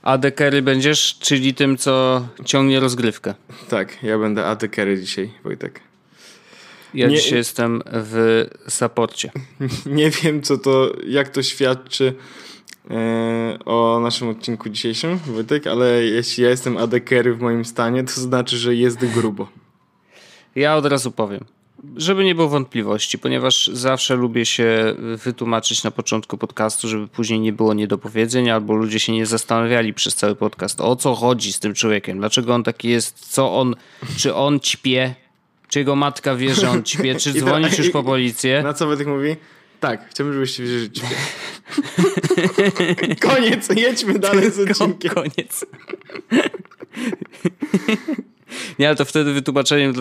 AD Carry będziesz, czyli tym, co ciągnie rozgrywkę. Tak, ja będę AD Carry dzisiaj, Wojtek. Ja dzisiaj jestem w supporcie. Nie wiem, jak to świadczy o naszym odcinku dzisiejszym, Wojtek, ale jeśli ja jestem AD Carry w moim stanie, to znaczy, że jest grubo. Ja od razu powiem, żeby nie było wątpliwości, ponieważ zawsze lubię się wytłumaczyć na początku podcastu, żeby później nie było niedopowiedzeń, albo ludzie się nie zastanawiali przez cały podcast, o co chodzi z tym człowiekiem, dlaczego on taki jest, czy on ćpie, czy jego matka wie, że on ćpie, czy dzwonisz już po policję. Na co Wojtek mówi? Tak, chciałbym, żebyście wiedzieli, że ćpie. Koniec, jedźmy dalej z odcinkiem. Koniec. Nie, ale to wtedy wytłumaczeniem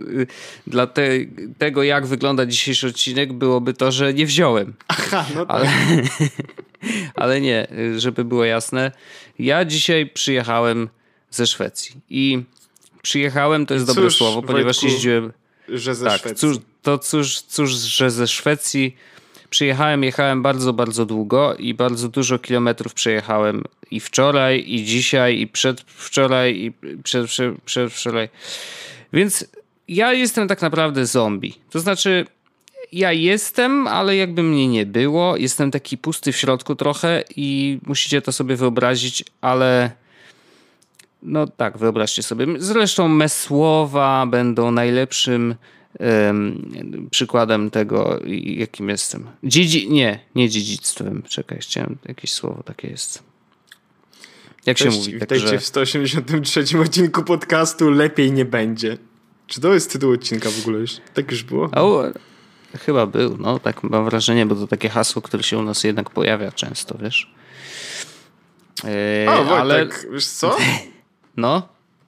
tego, jak wygląda dzisiejszy odcinek, byłoby to, że nie wziąłem. Aha, no tak. Ale nie, żeby było jasne. Ja dzisiaj przyjechałem ze Szwecji. I przyjechałem, to jest dobre słowo, ponieważ Wojtku, jeździłem... że ze Szwecji. Cóż, że ze Szwecji jechałem bardzo, bardzo długo i bardzo dużo kilometrów przejechałem i wczoraj, i dzisiaj, i przedwczoraj, i przedwczoraj. Więc ja jestem tak naprawdę zombie. To znaczy, ja jestem, ale jakby mnie nie było. Jestem taki pusty w środku trochę i musicie to sobie wyobrazić, ale... No tak, wyobraźcie sobie. Zresztą me słowa będą najlepszym przykładem tego, jakim jestem. Nie dziedzictwem. Czekaj, chciałem jakieś słowo takie jest. Jak się mówi? Witajcie w 183 odcinku podcastu Lepiej nie będzie. Czy to jest tytuł odcinka w ogóle już? Tak już było? Chyba był, no tak mam wrażenie, bo to takie hasło, które się u nas jednak pojawia często, wiesz. Wojtek, ale... wiesz co? No.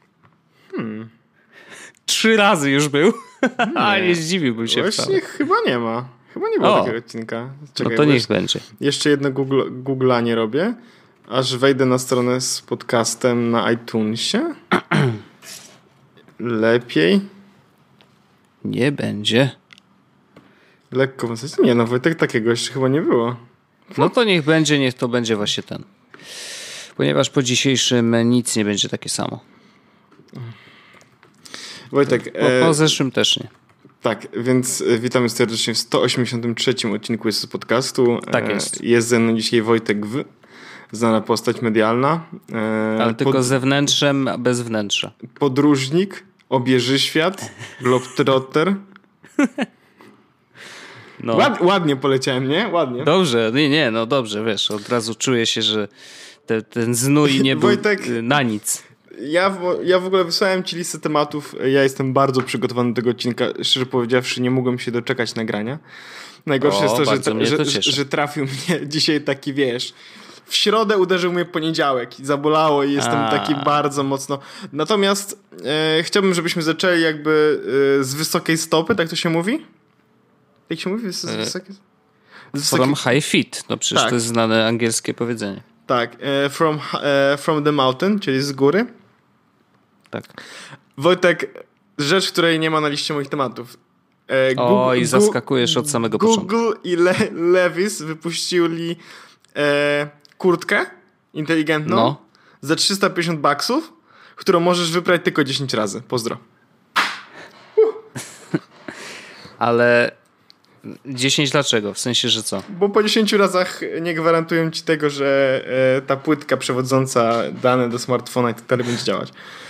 3 razy już był. A nie zdziwiłbym się właśnie wcale. Chyba nie ma. Chyba nie było takiego odcinka. Czekaj, no to niech będzie. Jeszcze jedno googlanie robię. Aż wejdę na stronę z podcastem na iTunesie. Lepiej. Nie będzie. Lekko w zasadzie. Nie no, Wojtek, takiego jeszcze chyba nie było. No to niech to będzie właśnie ten. Ponieważ po dzisiejszym nic nie będzie takie samo. Wojtek. Po zeszłym też nie. Tak, więc witamy serdecznie w 183 odcinku z podcastu. Tak jest. Jest ze mną dzisiaj Wojtek znana postać medialna. Ale tylko ze wnętrzem, bez wnętrza. Podróżnik, obieżyświat, globetrotter. No. Ładnie poleciałem, nie? Ładnie. Dobrze, no dobrze, wiesz, od razu czuję się, że ten znój nie był Wojtek, na nic. Ja w ogóle wysłałem ci listę tematów. Ja jestem bardzo przygotowany do tego odcinka. Szczerze powiedziawszy, nie mogłem się doczekać nagrania. Najgorsze jest to, że trafił mnie dzisiaj taki, wiesz... W środę uderzył mnie poniedziałek i zabolało i jestem taki bardzo mocno... Natomiast chciałbym, żebyśmy zaczęli jakby z wysokiej stopy, tak to się mówi? Jak się mówi? From high feet. No przecież tak. To jest znane angielskie powiedzenie. Tak. From the mountain, czyli z góry. Tak. Wojtek, rzecz, której nie ma na liście moich tematów. I zaskakujesz od samego początku. Google i Levi's wypuścili kurtkę inteligentną za $350, którą możesz wyprać tylko 10 razy. Pozdro. Ale 10 dlaczego? W sensie, że co? Bo po 10 razach nie gwarantują ci tego, że ta płytka przewodząca dane do smartfona i tak dalej będzie działać.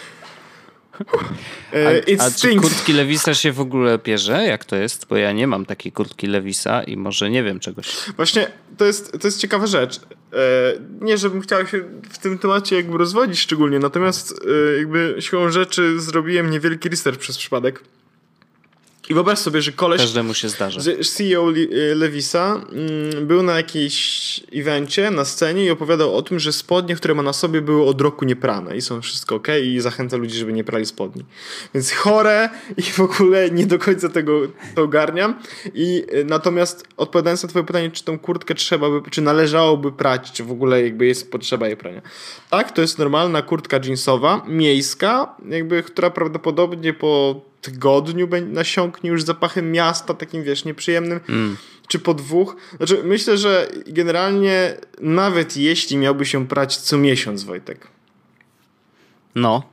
A czy kurtki Levisa się w ogóle pierze? Jak to jest? Bo ja nie mam takiej kurtki Levisa i może nie wiem czegoś. Właśnie to jest ciekawa rzecz. Nie, żebym chciał się w tym temacie jakby rozwodzić szczególnie, natomiast jakby siłą rzeczy zrobiłem niewielki research przez przypadek. I wyobraź sobie, że koleś... Każdemu się zdarza. Że CEO Levisa był na jakiejś evencie, na scenie i opowiadał o tym, że spodnie, które ma na sobie, były od roku nieprane i są wszystko okej i zachęca ludzi, żeby nie prali spodni. Więc chore i w ogóle nie do końca to ogarniam. I natomiast odpowiadając na twoje pytanie, czy tą kurtkę czy należałoby prać, czy w ogóle jakby jest potrzeba jej prania. Tak, to jest normalna kurtka jeansowa, miejska, jakby, która prawdopodobnie po tygodniu nasiąknie już zapachem miasta, takim wiesz, nieprzyjemnym, czy po 2. Znaczy myślę, że generalnie nawet jeśli miałby się prać co miesiąc, Wojtek. No.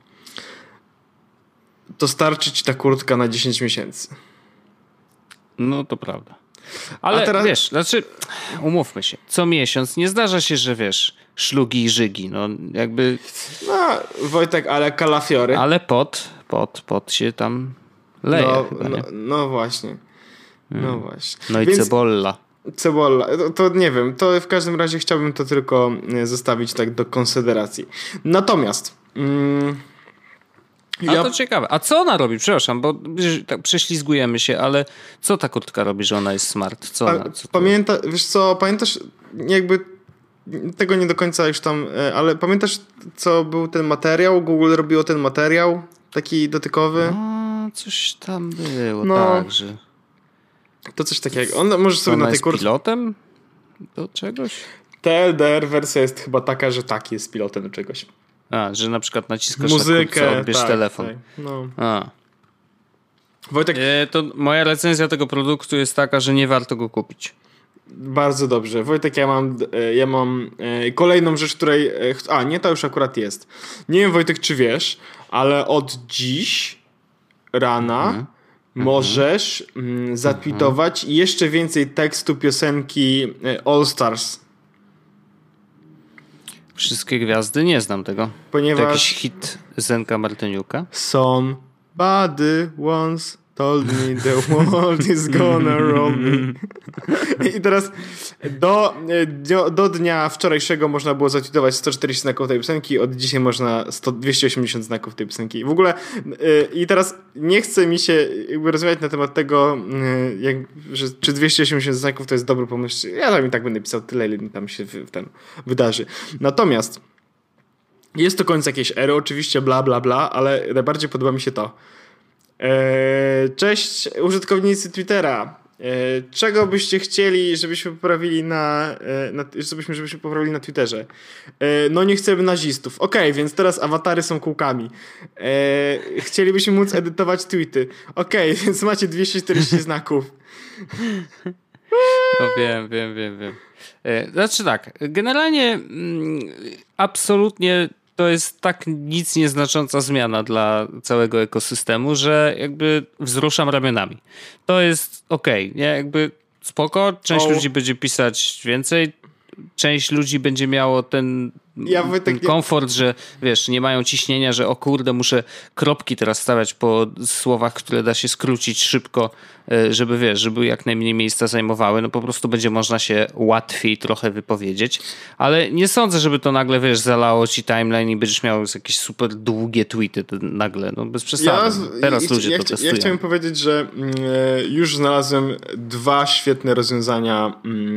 To starczy ci ta kurtka na 10 miesięcy. No to prawda. Ale teraz... wiesz, znaczy umówmy się, co miesiąc nie zdarza się, że wiesz, szlugi i żygi, no jakby... No Wojtek, ale kalafiory. Ale pot się tam leje chyba, no właśnie. No właśnie. No i więc... Cebolla, to nie wiem, to w każdym razie chciałbym to tylko zostawić tak do konsideracji. Natomiast... to ciekawe. A co ona robi? Przepraszam, bo tak prześlizgujemy się, ale co ta kurtka robi, że ona jest smart? Wiesz co, pamiętasz jakby tego nie do końca już tam, ale pamiętasz co był ten materiał? Google robiło ten materiał taki dotykowy? Coś tam było, tak, że... To coś takiego. On może sobie na tej kurtce... pilotem do czegoś? TLDR wersja jest chyba taka, że tak jest pilotem do czegoś. Że na przykład naciskasz muzykę, na kurtce, odbierz telefon. Tak, no. Wojtek... to moja recenzja tego produktu jest taka, że nie warto go kupić. Bardzo dobrze. Wojtek, ja mam kolejną rzecz, której... nie, to już akurat jest. Nie wiem, Wojtek, czy wiesz, ale od dziś rana możesz zatweetować jeszcze więcej tekstu piosenki All Stars. Wszystkie gwiazdy? Nie znam tego. Ponieważ... To jakiś hit Zenka Martyniuka? Somebody once told me the world is gonna roll me. I teraz do dnia wczorajszego można było zatweetować 140 znaków tej piosenki, od dzisiaj można 280 znaków tej piosenki. W ogóle i teraz nie chce mi się jakby rozmawiać na temat tego, czy 280 znaków to jest dobry pomysł. Ja tam i tak będę pisał tyle, ile tam się wydarzy. Natomiast jest to koniec jakiejś ery, oczywiście bla bla bla, ale najbardziej podoba mi się to. Cześć użytkownicy Twittera. Czego byście chcieli, żebyśmy poprawili żebyśmy poprawili na Twitterze? No nie chcemy nazistów. Okej, więc teraz awatary są kółkami. Chcielibyśmy móc edytować tweety. Okej, więc macie 240 znaków. No wiem. Znaczy tak, generalnie absolutnie to jest tak nic nieznacząca zmiana dla całego ekosystemu, że jakby wzruszam ramionami. To jest okej, nie? Jakby spoko, część ludzi będzie pisać więcej, część ludzi będzie miało ten komfort, że wiesz, nie mają ciśnienia, że o kurde, muszę kropki teraz stawiać po słowach, które da się skrócić szybko, żeby wiesz, żeby jak najmniej miejsca zajmowały. No po prostu będzie można się łatwiej trochę wypowiedzieć, ale nie sądzę, żeby to nagle, wiesz, zalało ci timeline i będziesz miał jakieś super długie tweety nagle, no bez przesady. Teraz ludzie to testują. Ja chciałem powiedzieć, że już znalazłem 2 świetne rozwiązania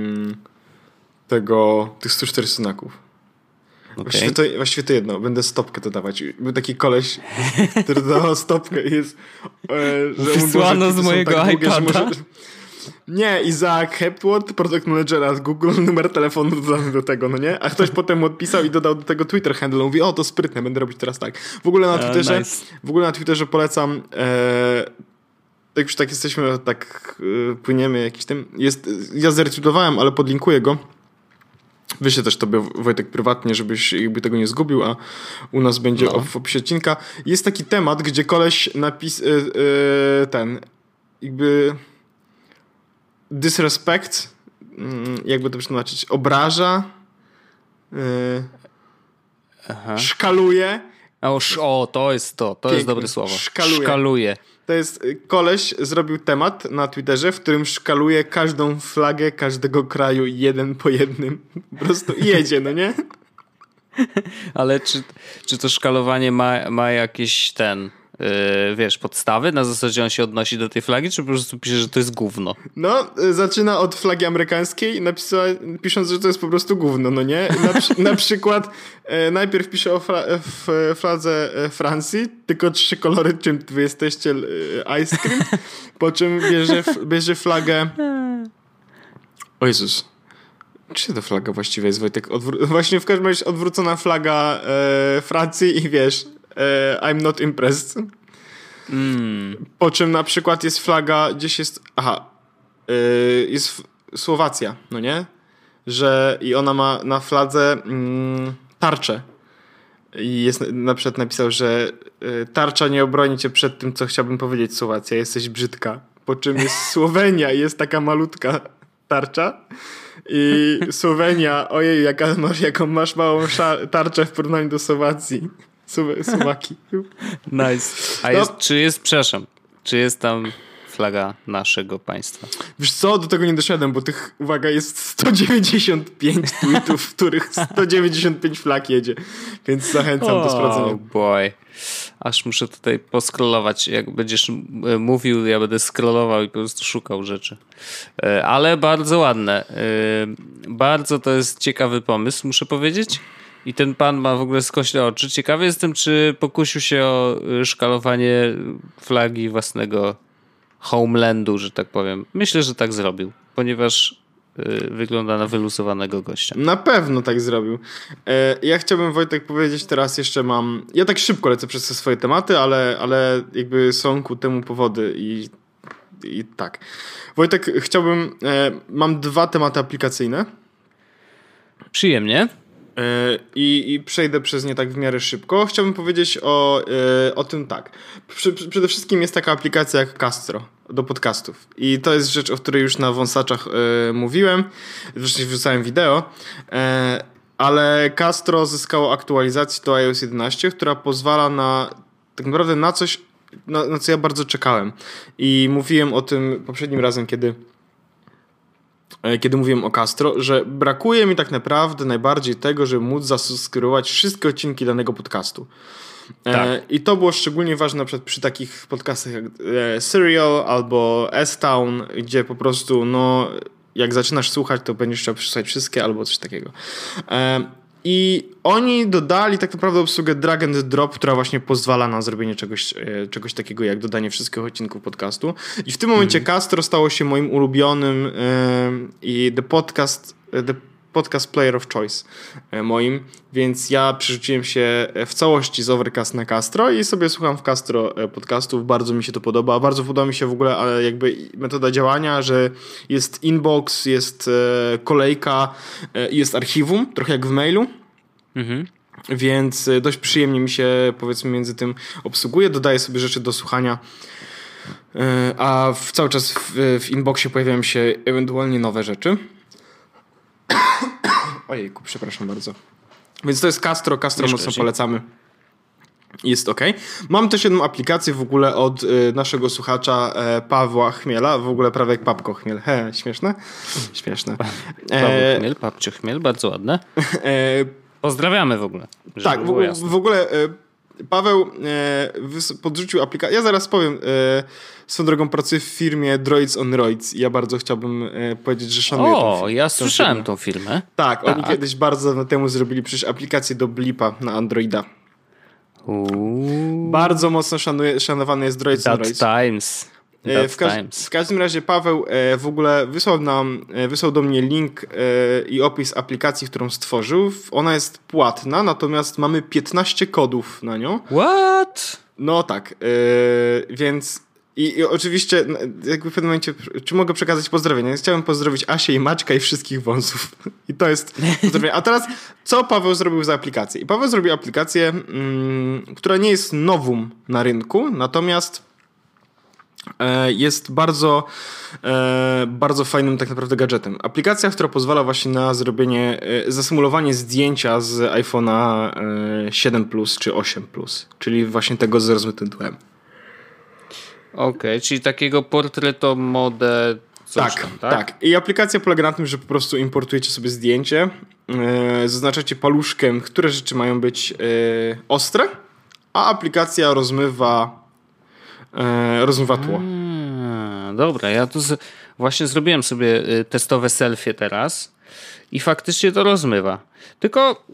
tych 140 znaków. Okay. Właściwie to jedno. Będę stopkę dodawać. Był taki koleś, który dodawał stopkę i jest... Wysłano z mojego tak iPada. Nie, Isaac Hepworth, product manager at Google, numer telefonu dodany do tego, no nie? A ktoś potem odpisał i dodał do tego Twitter handle. Mówi, to sprytne, będę robić teraz tak. W ogóle na Twitterze polecam... jak już tak jesteśmy, płyniemy jakiś tym... Ja zretweetowałem, ale podlinkuję go. Wyślę też tobie, Wojtek, prywatnie, żebyś jakby tego nie zgubił, a u nas będzie w opisie odcinka. Jest taki temat, gdzie koleś jakby disrespect, jakby to przetłumaczyć, obraża, szkaluje. To jest dobre słowo. Szkaluje. To jest, koleś zrobił temat na Twitterze, w którym szkaluje każdą flagę każdego kraju jeden po jednym. Po prostu jedzie, no nie? Ale czy to szkalowanie ma jakieś wiesz, podstawy? Na zasadzie on się odnosi do tej flagi, czy po prostu pisze, że to jest gówno? No, zaczyna od flagi amerykańskiej, pisząc, że to jest po prostu gówno, no nie? Na przykład najpierw pisze o fladze Francji, tylko 3 kolory, czym wy jesteście, ice cream, po czym bierze flagę... O Jezus. Czy to flaga właściwie jest, Wojtek? Właśnie w każdym razie odwrócona flaga Francji i wiesz, I'm not impressed. Po czym na przykład jest flaga, gdzieś jest... jest Słowacja, no nie? I ona ma na fladze tarczę. I jest na przykład napisał, że tarcza nie obroni cię przed tym, co chciałbym powiedzieć, Słowacja, jesteś brzydka. Po czym jest Słowenia i jest taka malutka tarcza. I Słowenia, ojej, jaką masz małą tarczę w porównaniu do Słowacji. Słowakii. Nice. Czy jest tam flaga naszego państwa? Wiesz co, do tego nie doszedłem, bo tych, uwaga, jest 195 tweetów, w których 195 flag jedzie, więc zachęcam do sprawdzenia. Oh boy. Aż muszę tutaj poskrolować. Jak będziesz mówił, ja będę scrollował i po prostu szukał rzeczy. Ale bardzo ładne. Bardzo to jest ciekawy pomysł, muszę powiedzieć. I ten pan ma w ogóle skośne oczy. Ciekawy jestem, czy pokusił się o szkalowanie flagi własnego homelandu, że tak powiem. Myślę, że tak zrobił, ponieważ wygląda na wyluzowanego gościa. Na pewno tak zrobił. Ja chciałbym, Wojtek, powiedzieć teraz jeszcze ja tak szybko lecę przez te swoje tematy, ale jakby są ku temu powody i tak. Wojtek, mam 2 tematy aplikacyjne. Przyjemnie. I przejdę przez nie tak w miarę szybko. Chciałbym powiedzieć o tym tak. Przede wszystkim jest taka aplikacja jak Castro do podcastów. I to jest rzecz, o której już na wąsaczach mówiłem. Zresztą wrzucałem wideo. Ale Castro zyskało aktualizację do iOS 11, która pozwala tak naprawdę na coś, na co ja bardzo czekałem. I mówiłem o tym poprzednim razem, kiedy mówiłem o Castro, że brakuje mi tak naprawdę najbardziej tego, żeby móc zasubskrybować wszystkie odcinki danego podcastu. Tak. I to było szczególnie ważne na przykład przy takich podcastach jak Serial albo S-Town, gdzie po prostu jak zaczynasz słuchać, to będziesz chciał przesłuchać wszystkie albo coś takiego. I oni dodali tak naprawdę obsługę drag and drop, która właśnie pozwala na zrobienie czegoś takiego jak dodanie wszystkich odcinków podcastu. I w tym momencie Castro stało się moim ulubionym i the podcast player of choice moim, więc ja przerzuciłem się w całości z Overcast na Castro i sobie słucham w Castro podcastów. Bardzo mi się to podoba. Bardzo podoba mi się w ogóle jakby metoda działania, że jest inbox, jest kolejka, jest archiwum, trochę jak w mailu. Więc dość przyjemnie mi się, powiedzmy, między tym obsługuje. Dodaję sobie rzeczy do słuchania, a cały czas w inboxie pojawiają się ewentualnie nowe rzeczy. Ojejku, przepraszam bardzo. Więc to jest Castro mocno polecamy. Jest ok. Mam też jedną aplikację w ogóle od naszego słuchacza Pawła Chmiela. W ogóle prawie jak Papko Chmiel. Śmieszne? Śmieszne. Paweł Chmiel, Papcio Chmiel, bardzo ładne. Pozdrawiamy w ogóle. Tak, w ogóle Paweł podrzucił aplikację. Ja zaraz powiem, swoją drogą pracuję w firmie Droids on Roids i ja bardzo chciałbym powiedzieć, że szanuję tą firmę. Ja słyszałem tą firmę. Tak, oni kiedyś bardzo dawno temu zrobili przecież aplikację do Blipa na Androida. Bardzo mocno szanowany jest Droids on Roids. W każdym razie Paweł w ogóle wysłał do mnie link i opis aplikacji, którą stworzył. Ona jest płatna, natomiast mamy 15 kodów na nią. What? No tak, więc i oczywiście jakby w pewnym momencie, czy mogę przekazać pozdrowienia? Chciałem pozdrowić Asię i Maćka i wszystkich wąsów. I to jest pozdrowienie. A teraz, co Paweł zrobił za aplikację? I Paweł zrobił aplikację, która nie jest nowum na rynku, natomiast jest bardzo, bardzo fajnym tak naprawdę gadżetem. Aplikacja, która pozwala właśnie na zasymulowanie zdjęcia z iPhone'a 7 Plus czy 8 Plus, czyli właśnie tego z rozmytym tłem. Okej, czyli takiego portretomodę. Tak. I aplikacja polega na tym, że po prostu importujecie sobie zdjęcie, zaznaczacie paluszkiem, które rzeczy mają być ostre, a aplikacja rozmywa tło. Dobra, ja tu właśnie zrobiłem sobie testowe selfie teraz i faktycznie to rozmywa. Tylko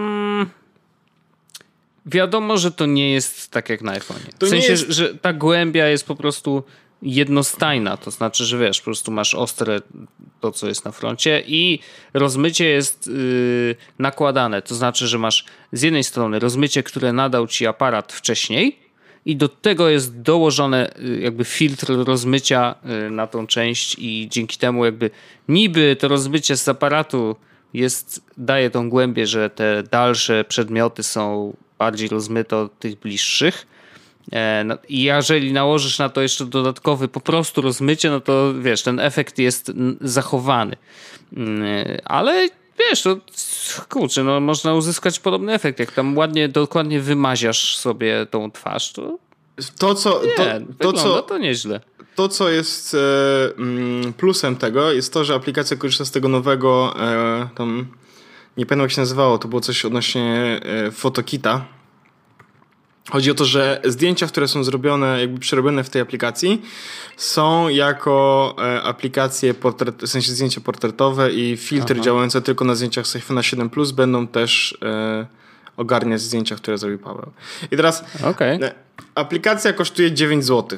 wiadomo, że to nie jest tak jak na iPhone'ie. W sensie, że ta głębia jest po prostu jednostajna. To znaczy, że wiesz, po prostu masz ostre to, co jest na froncie i rozmycie jest nakładane. To znaczy, że masz z jednej strony rozmycie, które nadał ci aparat wcześniej i do tego jest dołożony jakby filtr rozmycia na tą część i dzięki temu jakby niby to rozmycie z aparatu daje tą głębię, że te dalsze przedmioty są bardziej rozmyte od tych bliższych. I jeżeli nałożysz na to jeszcze dodatkowy po prostu rozmycie, no to wiesz, ten efekt jest zachowany. Ale wiesz, to kurczę, no można uzyskać podobny efekt. Jak tam dokładnie wymaziasz sobie tą twarz, to wygląda to nieźle. To, co jest plusem tego, jest to, że aplikacja korzysta z tego nowego, tam nie pamiętam jak się nazywało, to było coś odnośnie Photokita. Chodzi o to, że zdjęcia, które są zrobione, jakby przerobione w tej aplikacji, są jako aplikacje w sensie zdjęcia portretowe i filtry działające tylko na zdjęciach z iPhone'a 7 Plus będą też ogarniać zdjęcia, które zrobił Paweł. I teraz aplikacja kosztuje 9 zł.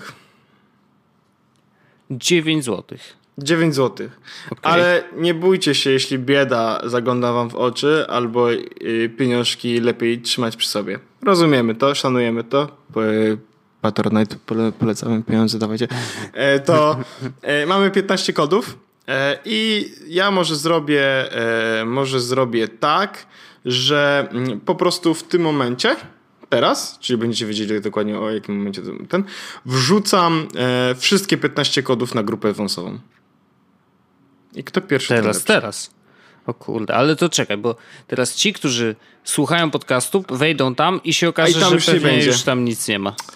9 zł. 9 zł. Okay. Ale nie bójcie się, jeśli bieda zagląda wam w oczy, albo pieniążki lepiej trzymać przy sobie. Rozumiemy to, szanujemy to. Patronite, polecamy pieniądze, dawajcie. To mamy 15 kodów i ja może zrobię tak, że po prostu w tym momencie teraz, czyli będziecie wiedzieli dokładnie o jakim momencie wrzucam wszystkie 15 kodów na grupę wąsową. I kto pierwszy? Teraz. O kurde, ale to czekaj, bo teraz ci, którzy słuchają podcastu, wejdą tam i się okaże, że pewnie już tam nic nie ma.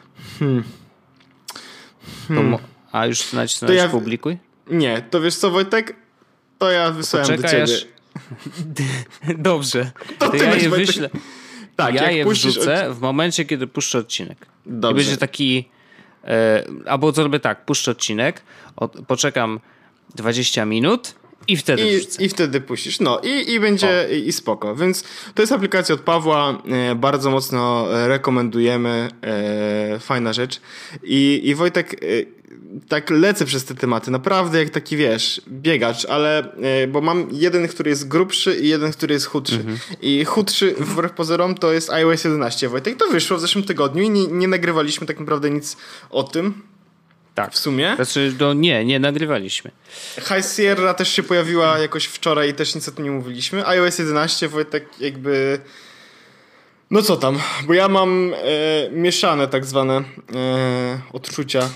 A już nacisnąłeś publikuj? Nie, to wiesz co, Wojtek? To ja wysłałem do ciebie. Dobrze. To ja je wyślę. Tak, ja je wrzucę w momencie, kiedy puszczę odcinek. Dobrze. I będzie taki... albo zrobię tak, puszczę odcinek, poczekam 20 minut i wtedy wrzucę. I wtedy puścisz. No i będzie i spoko. Więc to jest aplikacja od Pawła. Bardzo mocno rekomendujemy. Fajna rzecz. I Wojtek, tak lecę przez te tematy. Naprawdę jak taki, wiesz, biegacz, ale bo mam jeden, który jest grubszy i jeden, który jest chudszy. I chudszy wbrew pozorom to jest iOS 11. Wojtek, to wyszło w zeszłym tygodniu i nie nagrywaliśmy tak naprawdę nic o tym. Tak. W sumie? Znaczy, nie nagrywaliśmy. High Sierra też się pojawiła jakoś wczoraj i też nic o tym nie mówiliśmy. iOS 11, Wojtek, jakby... No co tam? Bo ja mam mieszane tak zwane odczucia.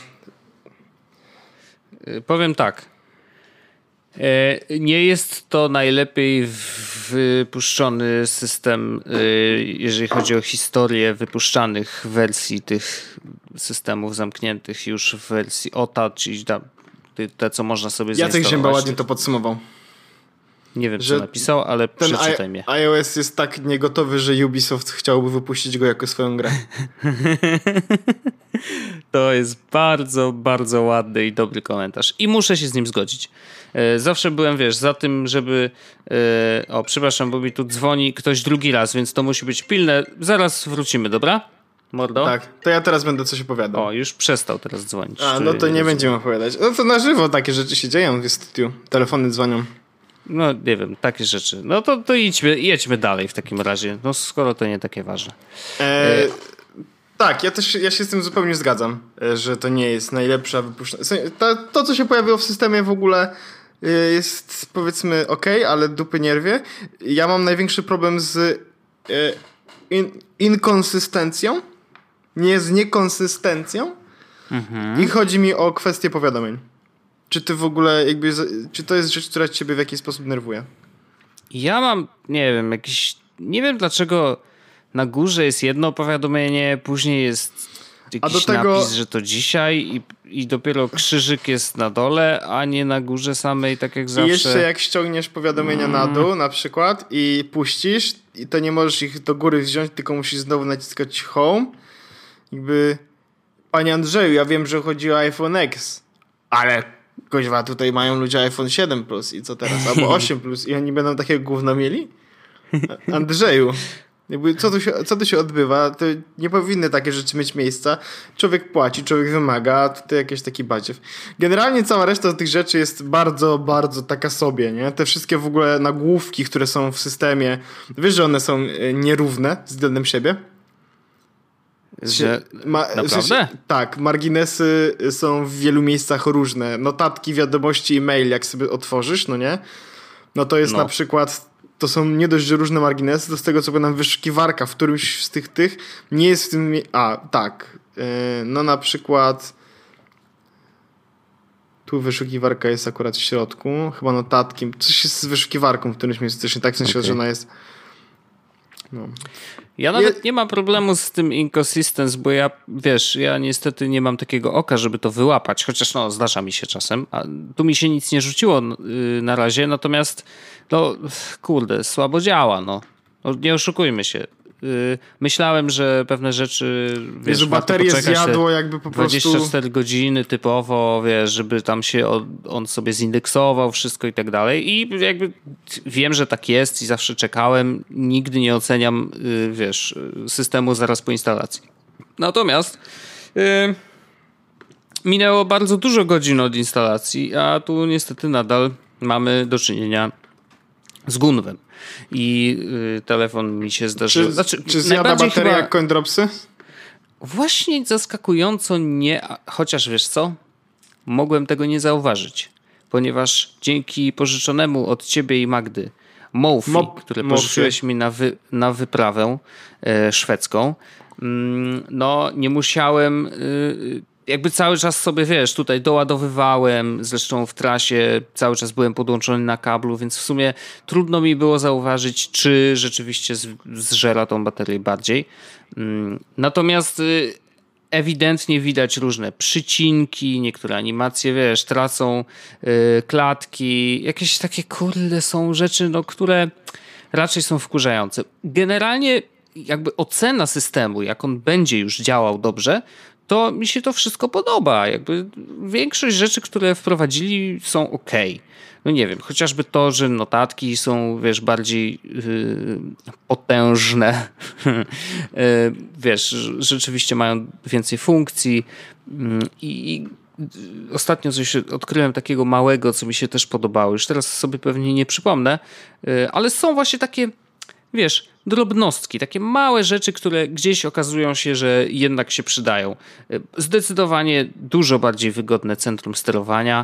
Powiem tak. Nie jest to najlepiej wypuszczony system, jeżeli chodzi o historię wypuszczanych wersji tych systemów zamkniętych już w wersji OTA, czyli te, co można sobie zainstalować. Jacek Zięba ładnie to podsumował. Nie wiem, co napisał, ale przeczytaj mnie. iOS jest tak niegotowy, że Ubisoft chciałby wypuścić go jako swoją grę. To jest bardzo, bardzo ładny i dobry komentarz. I muszę się z nim zgodzić. Zawsze byłem, wiesz, za tym, żeby... przepraszam, bo mi tu dzwoni ktoś drugi raz, więc to musi być pilne. Zaraz wrócimy, dobra? Mordo? Tak, to ja teraz będę coś opowiadał. O, już przestał teraz dzwonić. No to nie będziemy opowiadać. No to na żywo takie rzeczy się dzieją w studiu. Telefony dzwonią. No nie wiem, takie rzeczy. No to jedźmy dalej w takim razie. No skoro to nie takie ważne. Tak, ja się z tym zupełnie zgadzam, że to nie jest najlepsza wypuszczona. To, co się pojawiło w systemie w ogóle jest powiedzmy okej, ale dupy nie rwie. Ja mam największy problem z inkonsystencją, nie z niekonsystencją i chodzi mi o kwestię powiadomień. Czy ty w ogóle czy to jest rzecz, która ciebie w jakiś sposób nerwuje? Ja mam, nie wiem dlaczego na górze jest jedno powiadomienie, później jest jakiś napis, że to dzisiaj i dopiero krzyżyk jest na dole, a nie na górze samej, tak jak zawsze. I jeszcze jak ściągniesz powiadomienia na dół na przykład i puścisz, i to nie możesz ich do góry wziąć, tylko musisz znowu naciskać home. Jakby, panie Andrzeju, ja wiem, że chodzi o iPhone X, ale kuźwa, tutaj mają ludzie iPhone 7 Plus i co teraz? Albo 8 Plus i oni będą takiego gówna mieli? Andrzeju, jakby co tu się odbywa? To nie powinny takie rzeczy mieć miejsca. Człowiek płaci, człowiek wymaga, a tutaj jakiś taki badziew. Generalnie cała reszta tych rzeczy jest bardzo, bardzo taka sobie, nie? Te wszystkie w ogóle nagłówki, które są w systemie, wiesz, że one są nierówne względem siebie? Naprawdę? Tak, marginesy są w wielu miejscach różne. Notatki, wiadomości, e-mail, jak sobie otworzysz, no nie? No to jest na przykład, to są nie dość, że różne marginesy, to z tego co nam wyszukiwarka w którymś z tych nie jest w tym... tak. No na przykład tu wyszukiwarka jest akurat w środku, chyba notatki, coś jest z wyszukiwarką w którymś miejscu, też nie tak w sensie, że ona jest... No. Ja nawet nie mam problemu z tym Inconsistence, bo ja niestety nie mam takiego oka, żeby to wyłapać, chociaż zdarza mi się czasem, a tu mi się nic nie rzuciło na razie, natomiast słabo działa, nie oszukujmy się. Myślałem, że pewne rzeczy, że baterię zjadło jakby po 24 prostu... godziny typowo, żeby tam się on sobie zindeksował wszystko i tak dalej i jakby wiem, że tak jest i zawsze czekałem, nigdy nie oceniam, systemu zaraz po instalacji. Natomiast minęło bardzo dużo godzin od instalacji, a tu niestety nadal mamy do czynienia z gunwem. I telefon mi się zdarzył. Czy zjada baterię jak coindropsy? Właśnie zaskakująco nie, chociaż wiesz co? Mogłem tego nie zauważyć, ponieważ dzięki pożyczonemu od ciebie i Magdy Mofi, które pożyczyłeś mi na wyprawę szwedzką, nie musiałem... jakby cały czas sobie, tutaj doładowywałem, zresztą w trasie cały czas byłem podłączony na kablu, więc w sumie trudno mi było zauważyć, czy rzeczywiście zżera tą baterię bardziej. Natomiast ewidentnie widać różne przycinki, niektóre animacje, tracą klatki, jakieś takie są rzeczy, które raczej są wkurzające. Generalnie jakby ocena systemu, jak on będzie już działał dobrze, to mi się to wszystko podoba. Jakby większość rzeczy, które wprowadzili, są okej. Nie wiem, chociażby to, że notatki są, bardziej potężne. Rzeczywiście mają więcej funkcji. I ostatnio coś odkryłem takiego małego, co mi się też podobało. Już teraz sobie pewnie nie przypomnę, ale są właśnie takie, drobnostki, takie małe rzeczy, które gdzieś okazują się, że jednak się przydają. Zdecydowanie dużo bardziej wygodne centrum sterowania,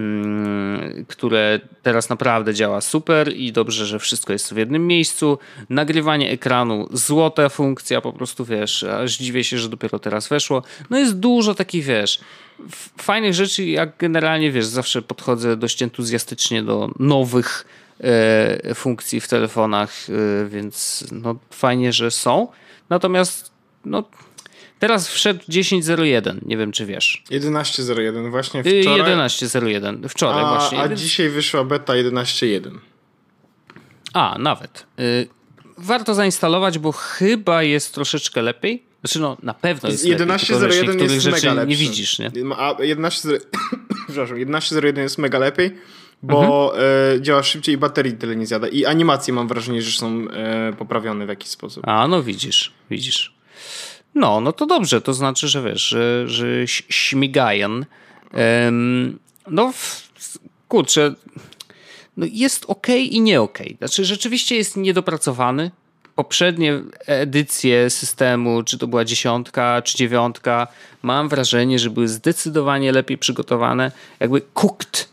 które teraz naprawdę działa super i dobrze, że wszystko jest w jednym miejscu. Nagrywanie ekranu, złota funkcja, po prostu aż dziwię się, że dopiero teraz weszło. Jest dużo takich, fajnych rzeczy, jak generalnie, zawsze podchodzę dość entuzjastycznie do nowych funkcji w telefonach, więc fajnie, że są. Natomiast teraz wszedł 10.01, nie wiem czy wiesz. 11.01 właśnie wczoraj. 11.01 wczoraj właśnie. A dzisiaj wyszła beta 11.1. Nawet. Warto zainstalować, bo chyba jest troszeczkę lepiej. Na pewno jest 11.01 jest mega lepszy. Nie widzisz, nie? A 11.01 jest mega lepiej, bo działa szybciej i baterii tyle nie zjada. I animacje mam wrażenie, że są poprawione w jakiś sposób. Widzisz. To dobrze, to znaczy, że że śmigają. Jest okej i nie okej. Znaczy rzeczywiście jest niedopracowany. Poprzednie edycje systemu, czy to była 10, czy 9, mam wrażenie, że były zdecydowanie lepiej przygotowane. Jakby cooked.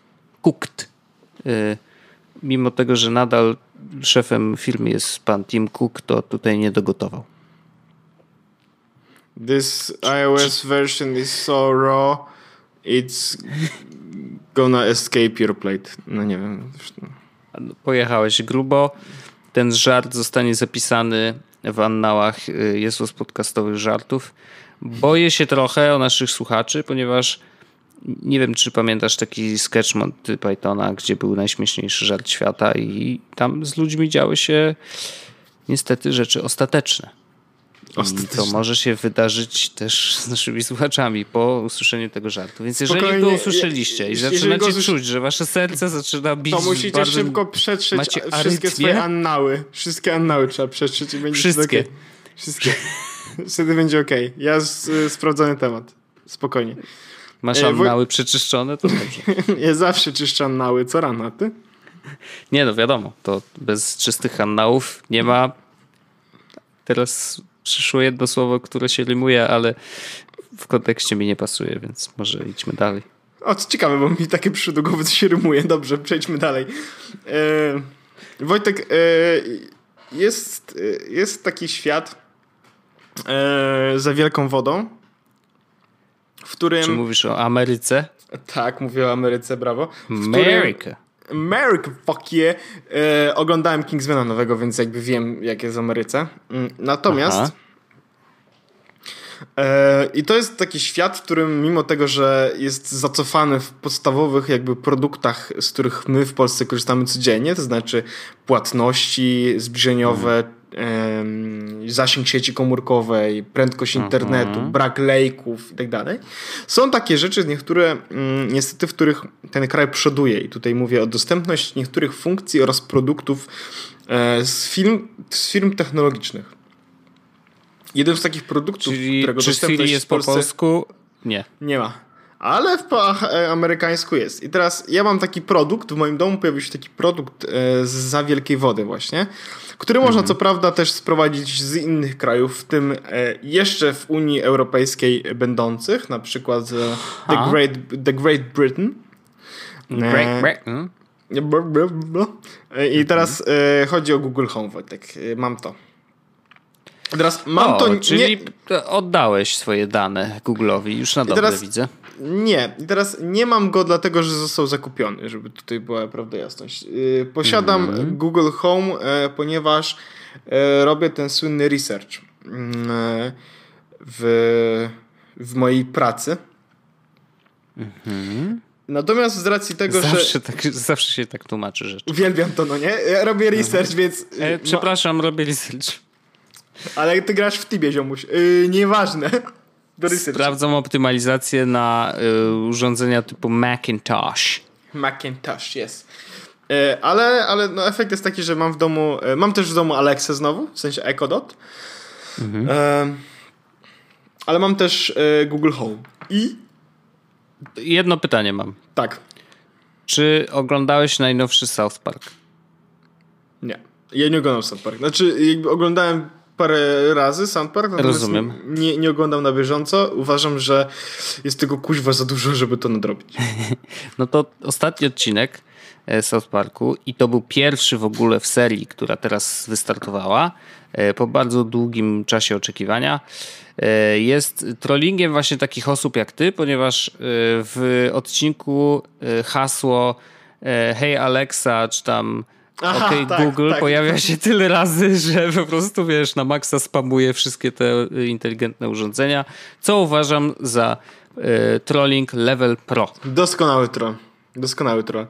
Mimo tego, że nadal szefem firmy jest pan Tim Cook, to tutaj nie dogotował. This iOS version is so raw, it's gonna escape your plate. Nie wiem. Pojechałeś grubo. Ten żart zostanie zapisany w annałach Jesus podcastowych żartów. Boję się trochę o naszych słuchaczy, ponieważ nie wiem, czy pamiętasz taki sketch Monty Pythona, gdzie był najśmieszniejszy żart świata i tam z ludźmi działy się niestety rzeczy ostateczne. I to może się wydarzyć też z naszymi słuchaczami po usłyszeniu tego żartu. Więc jeżeli go usłyszeliście i zaczynacie czuć, że wasze serce zaczyna bić, to musicie szybko przetrzeć wszystkie swoje annały. Wszystkie annały trzeba przetrzeć i będzie wszystkie. Okay. Wszystkie. Wtedy będzie okej. Ja sprawdzony temat. Spokojnie. Masz annały przeczyszczone? To dobrze. Ja zawsze czyszczę annały. Co rano, ty? Nie, wiadomo. To bez czystych annałów nie ma teraz przyszło jedno słowo, które się rymuje, ale w kontekście mi nie pasuje, więc może idźmy dalej. O, co ciekawe, bo mi takie przyszło do głowy, co się rymuje. Dobrze, przejdźmy dalej. Wojtek, jest taki świat za wielką wodą, w którym... Czy mówisz o Ameryce? Tak, mówię o Ameryce, brawo. America, fuck yeah. Oglądałem Kingsmana nowego, więc jakby wiem, jak jest w Ameryce. Natomiast... I to jest taki świat, w którym mimo tego, że jest zacofany w podstawowych jakby produktach, z których my w Polsce korzystamy codziennie, to znaczy płatności zbliżeniowe, zasięg sieci komórkowej, prędkość internetu, brak lejków i tak dalej. Są takie rzeczy, niektóre niestety, w których ten kraj przoduje i tutaj mówię o dostępności niektórych funkcji oraz produktów z firm technologicznych. Jeden z takich produktów, którego czy Siri jest w Polsce... po polsku? Nie. Nie ma. Ale w amerykańsku jest. I teraz ja mam taki produkt, w moim domu pojawił się taki produkt zza wielkiej wody właśnie, który można co prawda też sprowadzić z innych krajów, w tym jeszcze w Unii Europejskiej będących, na przykład The Great Britain. Great Britain? I teraz chodzi o Google Home, Wojtek. Mam to. Teraz mam to... Czyli oddałeś swoje dane Google'owi, już na dobre widzę. Nie. I teraz nie mam go dlatego, że został zakupiony, żeby tutaj była prawda jasność. Posiadam Google Home, ponieważ robię ten słynny research w mojej pracy. Natomiast z racji tego, zawsze się tak tłumaczy rzeczy. Uwielbiam to, no nie? Ja robię research, więc... Przepraszam, robię research. Ale ty grasz w Tibie, ziomuś. Nieważne. Sprawdzam optymalizację na urządzenia typu Macintosh. Macintosh, jest. Ale no efekt jest taki, że mam też w domu Alexę znowu, w sensie Echo Dot. Ale mam też Google Home. I? Jedno pytanie mam. Tak. Czy oglądałeś najnowszy South Park? Nie. Ja nie oglądam South Park. Znaczy jakby oglądałem parę razy South Park, natomiast rozumiem. Nie oglądam na bieżąco. Uważam, że jest tego kuźwa za dużo, żeby to nadrobić. No to ostatni odcinek South Parku i to był pierwszy w ogóle w serii, która teraz wystartowała po bardzo długim czasie oczekiwania. Jest trollingiem właśnie takich osób jak ty, ponieważ w odcinku hasło Hey Alexa, czy tam Google pojawia się tyle razy, że po prostu wiesz, na maksa spamuje wszystkie te inteligentne urządzenia, co uważam za trolling level pro. Doskonały troll.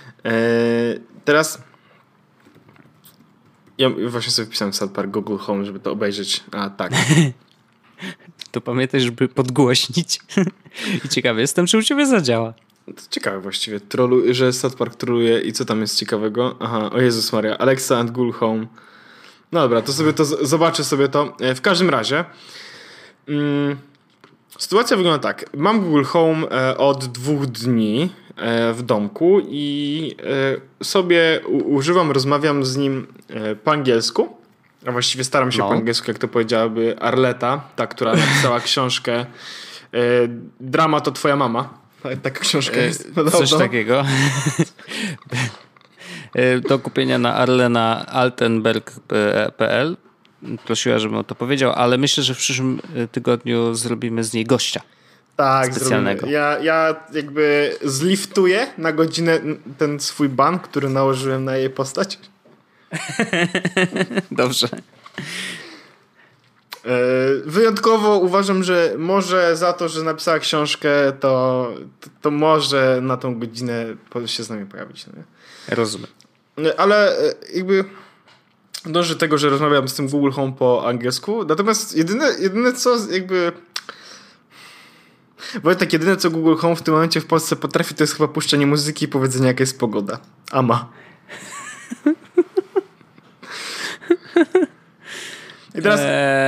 Teraz ja właśnie sobie wpisałem South Park Google Home, żeby to obejrzeć. A tak. To pamiętaj, żeby podgłośnić. I ciekawy jestem, czy u ciebie zadziała. To ciekawe właściwie, że South Park troluje i co tam jest ciekawego. Aha, o Jezus Maria, Alexa and Google Home. No dobra, to sobie zobaczę sobie to. W każdym razie sytuacja wygląda tak. Mam Google Home od 2 dni w domku i sobie rozmawiam z nim po angielsku. A właściwie staram się po angielsku, jak to powiedziałaby Arleta, ta, która napisała książkę Drama to twoja mama. Taka książka jest. Coś takiego. Do kupienia na arlenaaltenberg.pl. Prosiła, żebym o to powiedział, ale myślę, że w przyszłym tygodniu zrobimy z niej gościa. Tak, specjalnego. Ja jakby zliftuję na godzinę ten swój ban, który nałożyłem na jej postać. Dobrze. Wyjątkowo uważam, że może za to, że napisała książkę, to może na tą godzinę się z nami pojawić. No nie? Rozumiem. Ale jakby dążę do tego, że rozmawiam z tym Google Home po angielsku. Natomiast jedyne co jakby... Wojtek, jedyne co Google Home w tym momencie w Polsce potrafi, to jest chyba puszczenie muzyki i powiedzenie, jaka jest pogoda. Ama. I teraz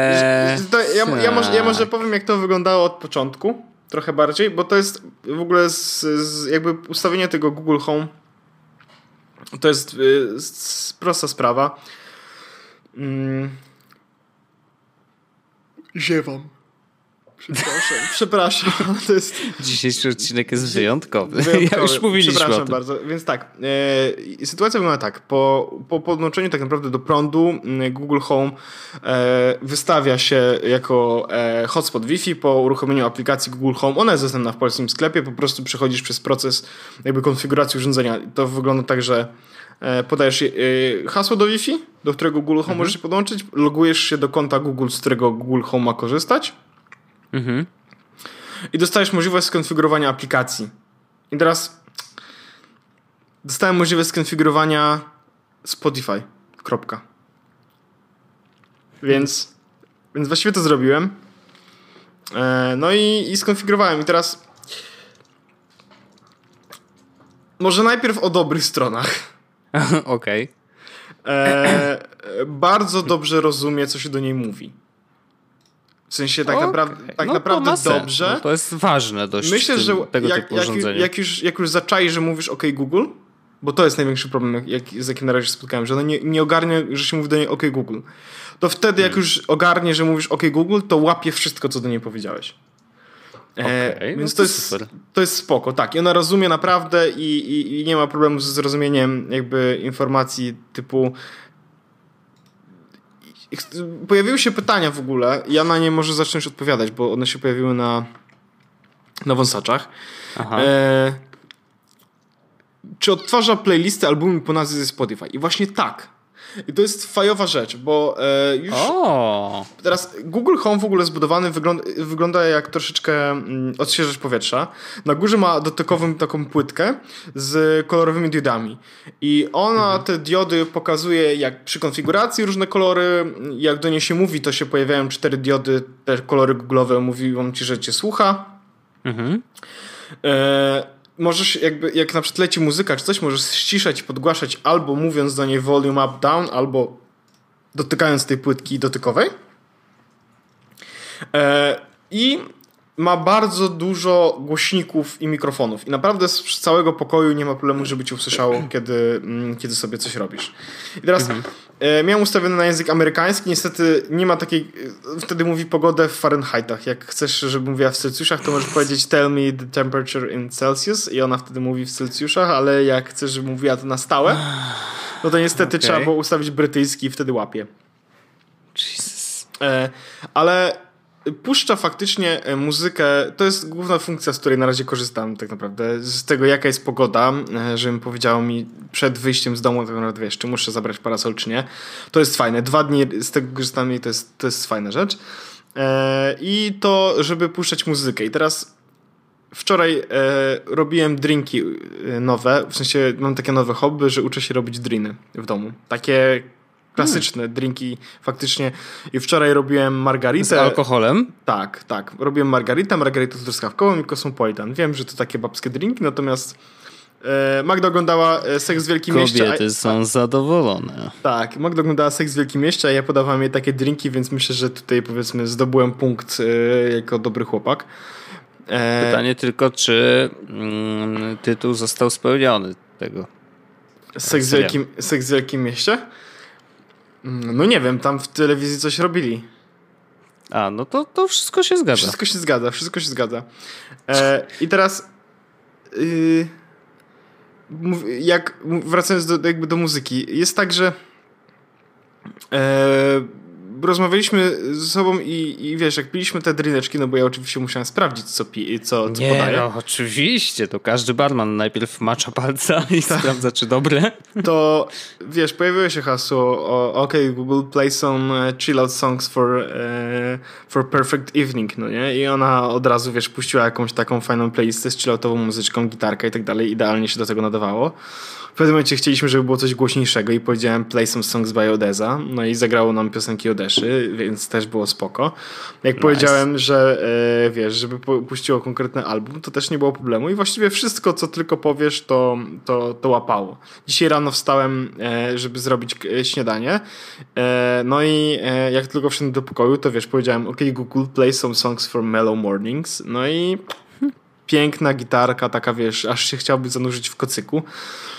ja może powiem, jak to wyglądało od początku, trochę bardziej, bo to jest w ogóle jakby ustawienie tego Google Home to jest prosta sprawa. Ziewam. Przepraszam. To jest... Dzisiejszy odcinek jest wyjątkowy. Ja już mówiliśmy Przepraszam o tym. bardzo. Więc tak, sytuacja wygląda tak. Po podłączeniu tak naprawdę do prądu Google Home wystawia się jako hotspot Wi-Fi po uruchomieniu aplikacji Google Home. Ona jest dostępna w polskim sklepie. Po prostu przechodzisz przez proces jakby konfiguracji urządzenia. To wygląda tak, że podajesz hasło do Wi-Fi, do którego Google Home możesz się podłączyć. Logujesz się do konta Google, z którego Google Home ma korzystać. I dostajesz możliwość skonfigurowania aplikacji. I teraz dostałem możliwość skonfigurowania Spotify. Kropka. Więc właściwie to zrobiłem. No i skonfigurowałem. I teraz może najpierw o dobrych stronach. Okej. Bardzo dobrze rozumie, co się do niej mówi. W sensie tak naprawdę dobrze. No to jest ważne dość. Myślę, że tego typu urządzeniu. Jak już zaczai, że mówisz OK Google, bo to jest największy problem, z jakim na razie się spotkałem, że ona nie ogarnie, że się mówi do niej OK Google. To wtedy, jak już ogarnie, że mówisz OK Google, to łapie wszystko, co do niej powiedziałeś. Więc to jest spoko, tak. I ona rozumie naprawdę i nie ma problemu ze zrozumieniem jakby informacji typu. Pojawiły się pytania w ogóle. Ja na nie może zacznę już odpowiadać, bo one się pojawiły na wąsaczach. Czy odtwarza playlisty albumy po nazwie ze Spotify? I właśnie tak. I to jest fajowa rzecz, bo już teraz Google Home w ogóle zbudowany wygląda jak troszeczkę odświeżacz powietrza. Na górze ma dotykową taką płytkę z kolorowymi diodami. I ona te diody pokazuje jak przy konfiguracji różne kolory. Jak do niej się mówi, to się pojawiają 4 diody, te kolory google'owe mówią ci, że cię słucha. Możesz jak na przykład leci muzyka czy coś, możesz ściszać i podgłaszać albo mówiąc do niej volume up, down, albo dotykając tej płytki dotykowej. I ma bardzo dużo głośników i mikrofonów. I naprawdę z całego pokoju nie ma problemu, żeby cię usłyszało, kiedy sobie coś robisz. I teraz miałem ustawiony na język amerykański. Niestety nie ma takiej... Wtedy mówi pogodę w Fahrenheitach. Jak chcesz, żeby mówiła w Celsjuszach, to możesz powiedzieć tell me the temperature in Celsius i ona wtedy mówi w Celsjuszach, ale jak chcesz, żeby mówiła to na stałe, no to niestety trzeba było ustawić brytyjski i wtedy łapie. Jesus. Ale puszcza faktycznie muzykę. To jest główna funkcja, z której na razie korzystam tak naprawdę. Z tego, jaka jest pogoda, żebym powiedział mi przed wyjściem z domu, tak naprawdę wiesz, czy muszę zabrać parasol, czy nie. To jest fajne. 2 dni z tego korzystam i to jest fajna rzecz. I to, żeby puszczać muzykę. I teraz wczoraj robiłem drinki nowe. W sensie mam takie nowe hobby, że uczę się robić driny w domu. Takie klasyczne drinki faktycznie. I wczoraj robiłem margaritę. Z alkoholem? Tak. Robiłem margaritę z truskawkową i Cosmopolitan. Wiem, że to takie babskie drinki, natomiast Magda oglądała Seks w Wielkim Mieście. Kobiety są zadowolone. Tak, Magda oglądała Seks w Wielkim Mieście, a ja podawałem jej takie drinki, więc myślę, że tutaj powiedzmy zdobyłem punkt jako dobry chłopak. Pytanie tylko, czy tytuł został spełniony tego. Seks w Wielkim Mieście? No nie wiem, tam w telewizji coś robili. A, no to wszystko się zgadza. Wszystko się zgadza. I teraz jak wracając do muzyki, jest tak, że rozmawialiśmy ze sobą i wiesz, jak piliśmy te drineczki, no bo ja oczywiście musiałem sprawdzić, co podaje. No oczywiście, to każdy barman najpierw macza palca i sprawdza, czy dobre. To wiesz, pojawiło się hasło OK, Google play some chill out songs for perfect evening, no nie? I ona od razu, wiesz, puściła jakąś taką fajną playlistę z chilloutową muzyczką, gitarkę i tak dalej. Idealnie się do tego nadawało. W pewnym momencie chcieliśmy, żeby było coś głośniejszego i powiedziałem play some songs by Odessa. No i zagrało nam piosenki Odeszy, więc też było spoko. Jak powiedziałem, że wiesz, żeby puściło konkretny album, to też nie było problemu i właściwie wszystko, co tylko powiesz, to łapało. Dzisiaj rano wstałem, żeby zrobić śniadanie. No i jak tylko wszedłem do pokoju, to wiesz, powiedziałem OK Google, play some songs for mellow mornings. No i piękna gitarka, taka wiesz, aż się chciałby zanurzyć w kocyku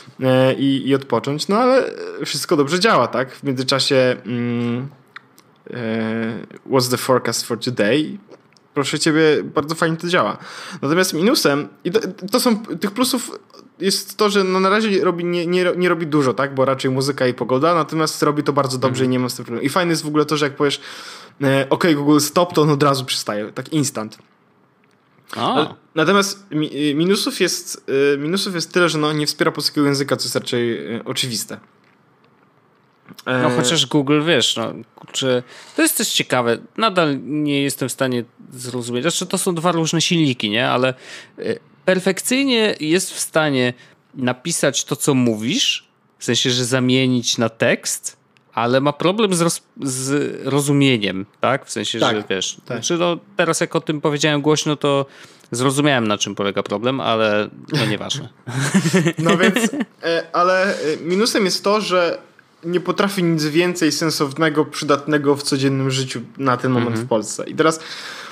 i odpocząć, no ale wszystko dobrze działa, tak? W międzyczasie what's the forecast for today? Proszę ciebie, bardzo fajnie to działa. Natomiast minusem, i to są, tych plusów jest to, że na razie nie robi dużo, tak? Bo raczej muzyka i pogoda, natomiast robi to bardzo dobrze i nie ma z tym problemu. I fajne jest w ogóle to, że jak powiesz OK, Google stop, to on od razu przestaje, tak instant. Natomiast minusów jest tyle, że nie wspiera polskiego języka, co jest raczej oczywiste. No chociaż Google, wiesz, kurczę, to jest też ciekawe. Nadal nie jestem w stanie zrozumieć. Znaczy to są dwa różne silniki, nie? Ale perfekcyjnie jest w stanie napisać to, co mówisz, w sensie, że zamienić na tekst, ale ma problem z rozumieniem, tak? W sensie, że wiesz, tak. Znaczy, teraz jak o tym powiedziałem głośno, to zrozumiałem, na czym polega problem, ale nieważne. No więc, ale minusem jest to, że nie potrafi nic więcej sensownego, przydatnego w codziennym życiu na ten moment w Polsce. I teraz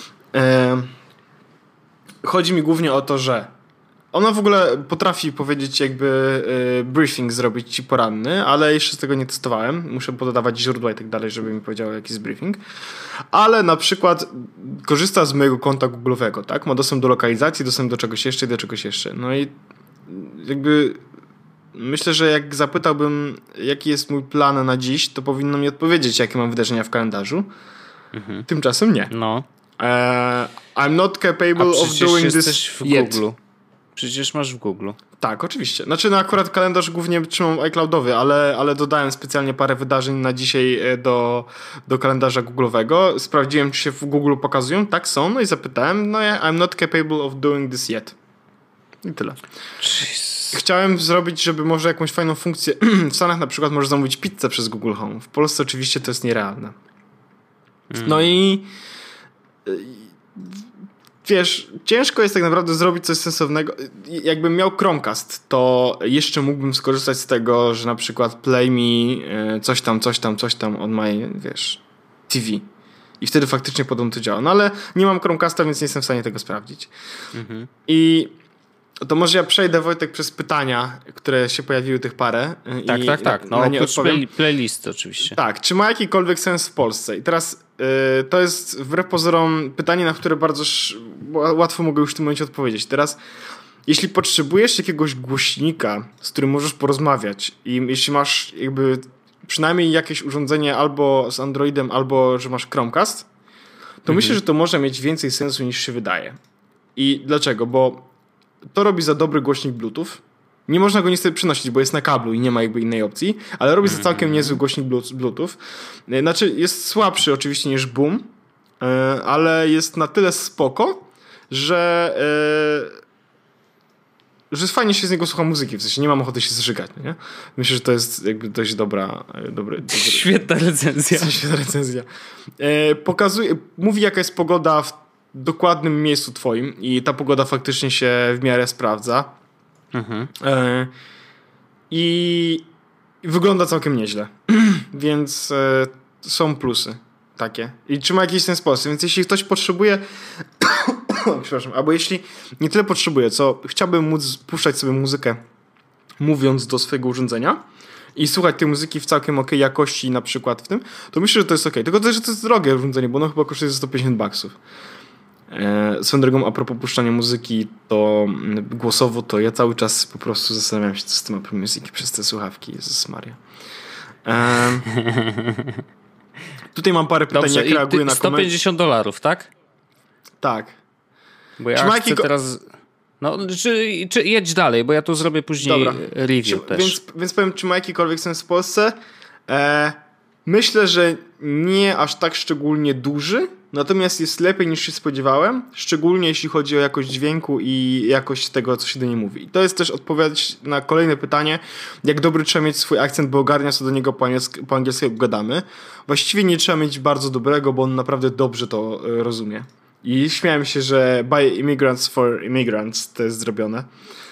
chodzi mi głównie o to, że ona w ogóle potrafi powiedzieć jakby briefing zrobić ci poranny, ale jeszcze z tego nie testowałem. Muszę podawać źródła i tak dalej, żeby mi powiedziało jaki jest briefing. Ale na przykład korzysta z mojego konta Google'owego, tak? Ma dostęp do lokalizacji, dostęp do czegoś jeszcze i do czegoś jeszcze. No i jakby myślę, że jak zapytałbym, jaki jest mój plan na dziś, to powinno mi odpowiedzieć, jakie mam wydarzenia w kalendarzu. Tymczasem nie. No. I'm not capable of doing this w Google. Przecież masz w Google. Tak, oczywiście. Znaczy akurat kalendarz głównie trzymam iCloudowy, ale dodałem specjalnie parę wydarzeń na dzisiaj do kalendarza Google'owego. Sprawdziłem, czy się w Google pokazują. Tak, są. No i zapytałem. No I'm not capable of doing this yet. I tyle. Chciałem zrobić, żeby może jakąś fajną funkcję w Stanach na przykład możesz zamówić pizzę przez Google Home. W Polsce oczywiście to jest nierealne. No i wiesz, ciężko jest tak naprawdę zrobić coś sensownego. Jakbym miał Chromecast, to jeszcze mógłbym skorzystać z tego, że na przykład play me coś tam on my, wiesz, TV. I wtedy faktycznie podobno to działa. No ale nie mam Chromecasta, więc nie jestem w stanie tego sprawdzić. I to może ja przejdę, Wojtek, przez pytania, które się pojawiły tych parę. Tak. No oprócz playlisty oczywiście. Tak. Czy ma jakikolwiek sens w Polsce? I teraz to jest wbrew pozorom pytanie, na które bardzo łatwo mogę już w tym momencie odpowiedzieć. Teraz, jeśli potrzebujesz jakiegoś głośnika, z którym możesz porozmawiać i jeśli masz jakby przynajmniej jakieś urządzenie albo z Androidem, albo że masz Chromecast, to myślę, że to może mieć więcej sensu niż się wydaje. I dlaczego? Bo to robi za dobry głośnik Bluetooth. Nie można go niestety przynosić, bo jest na kablu i nie ma jakby innej opcji, ale robi za całkiem niezły głośnik Bluetooth. Znaczy jest słabszy oczywiście niż Boom, ale jest na tyle spoko, że fajnie się z niego słucha muzyki, w sensie nie mam ochoty się zżygać, nie? Myślę, że to jest jakby dość dobra. Świetna recenzja. Świetna recenzja. Mówi jaka jest pogoda w dokładnym miejscu twoim i ta pogoda faktycznie się w miarę sprawdza. I wygląda całkiem nieźle. Więc są plusy takie. I trzyma jakiś ten sposób. Więc jeśli ktoś potrzebuje przepraszam, albo jeśli nie tyle potrzebuje, co chciałbym móc puszczać sobie muzykę mówiąc do swojego urządzenia i słuchać tej muzyki w całkiem okej jakości na przykład w tym, to myślę, że to jest okej. Tylko też, że to jest drogie urządzenie, bo ono chyba kosztuje $150. Swoją drogą, a propos puszczania muzyki, to głosowo, to ja cały czas po prostu zastanawiam się, co z tym Apple Music przez te słuchawki. Jezus Maria. Tutaj mam parę pytań, jak reaguję na $150, tak? Tak. Bo ja chcę teraz... No, czy jedź dalej, bo ja tu zrobię później review też. Więc powiem, czy ma jakikolwiek sens w Polsce? Myślę, że nie aż tak szczególnie duży, natomiast jest lepiej niż się spodziewałem, szczególnie jeśli chodzi o jakość dźwięku i jakość tego, co się do niej mówi. I to jest też odpowiedź na kolejne pytanie, jak dobry trzeba mieć swój akcent, bo ogarnia, co do niego po angielskiego gadamy. Właściwie nie trzeba mieć bardzo dobrego, bo on naprawdę dobrze to rozumie. I śmiałem się, że by immigrants for immigrants to jest zrobione.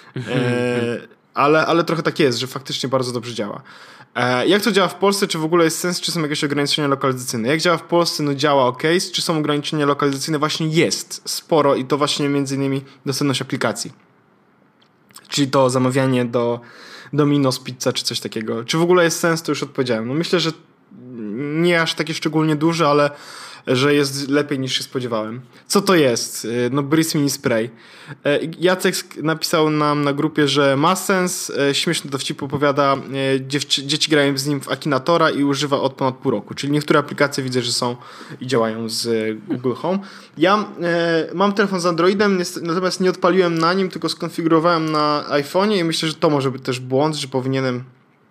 Ale trochę tak jest, że faktycznie bardzo dobrze działa. Jak to działa w Polsce? Czy w ogóle jest sens? Czy są jakieś ograniczenia lokalizacyjne? Jak działa w Polsce? No działa ok. Czy są ograniczenia lokalizacyjne? Właśnie jest sporo i to właśnie między innymi dostępność aplikacji. Czyli to zamawianie do Domino's Pizza czy coś takiego. Czy w ogóle jest sens? To już odpowiedziałem. No myślę, że nie aż takie szczególnie duże, ale że jest lepiej niż się spodziewałem. Co to jest? No Breeze Mini Spray. Jacek napisał nam na grupie, że ma sens. Śmieszny dowcip opowiada, dzieci grają z nim w Akinatora i używa od ponad pół roku. Czyli niektóre aplikacje widzę, że są i działają z Google Home. Ja mam telefon z Androidem, natomiast nie odpaliłem na nim, tylko skonfigurowałem na iPhone'ie i myślę, że to może być też błąd, że powinienem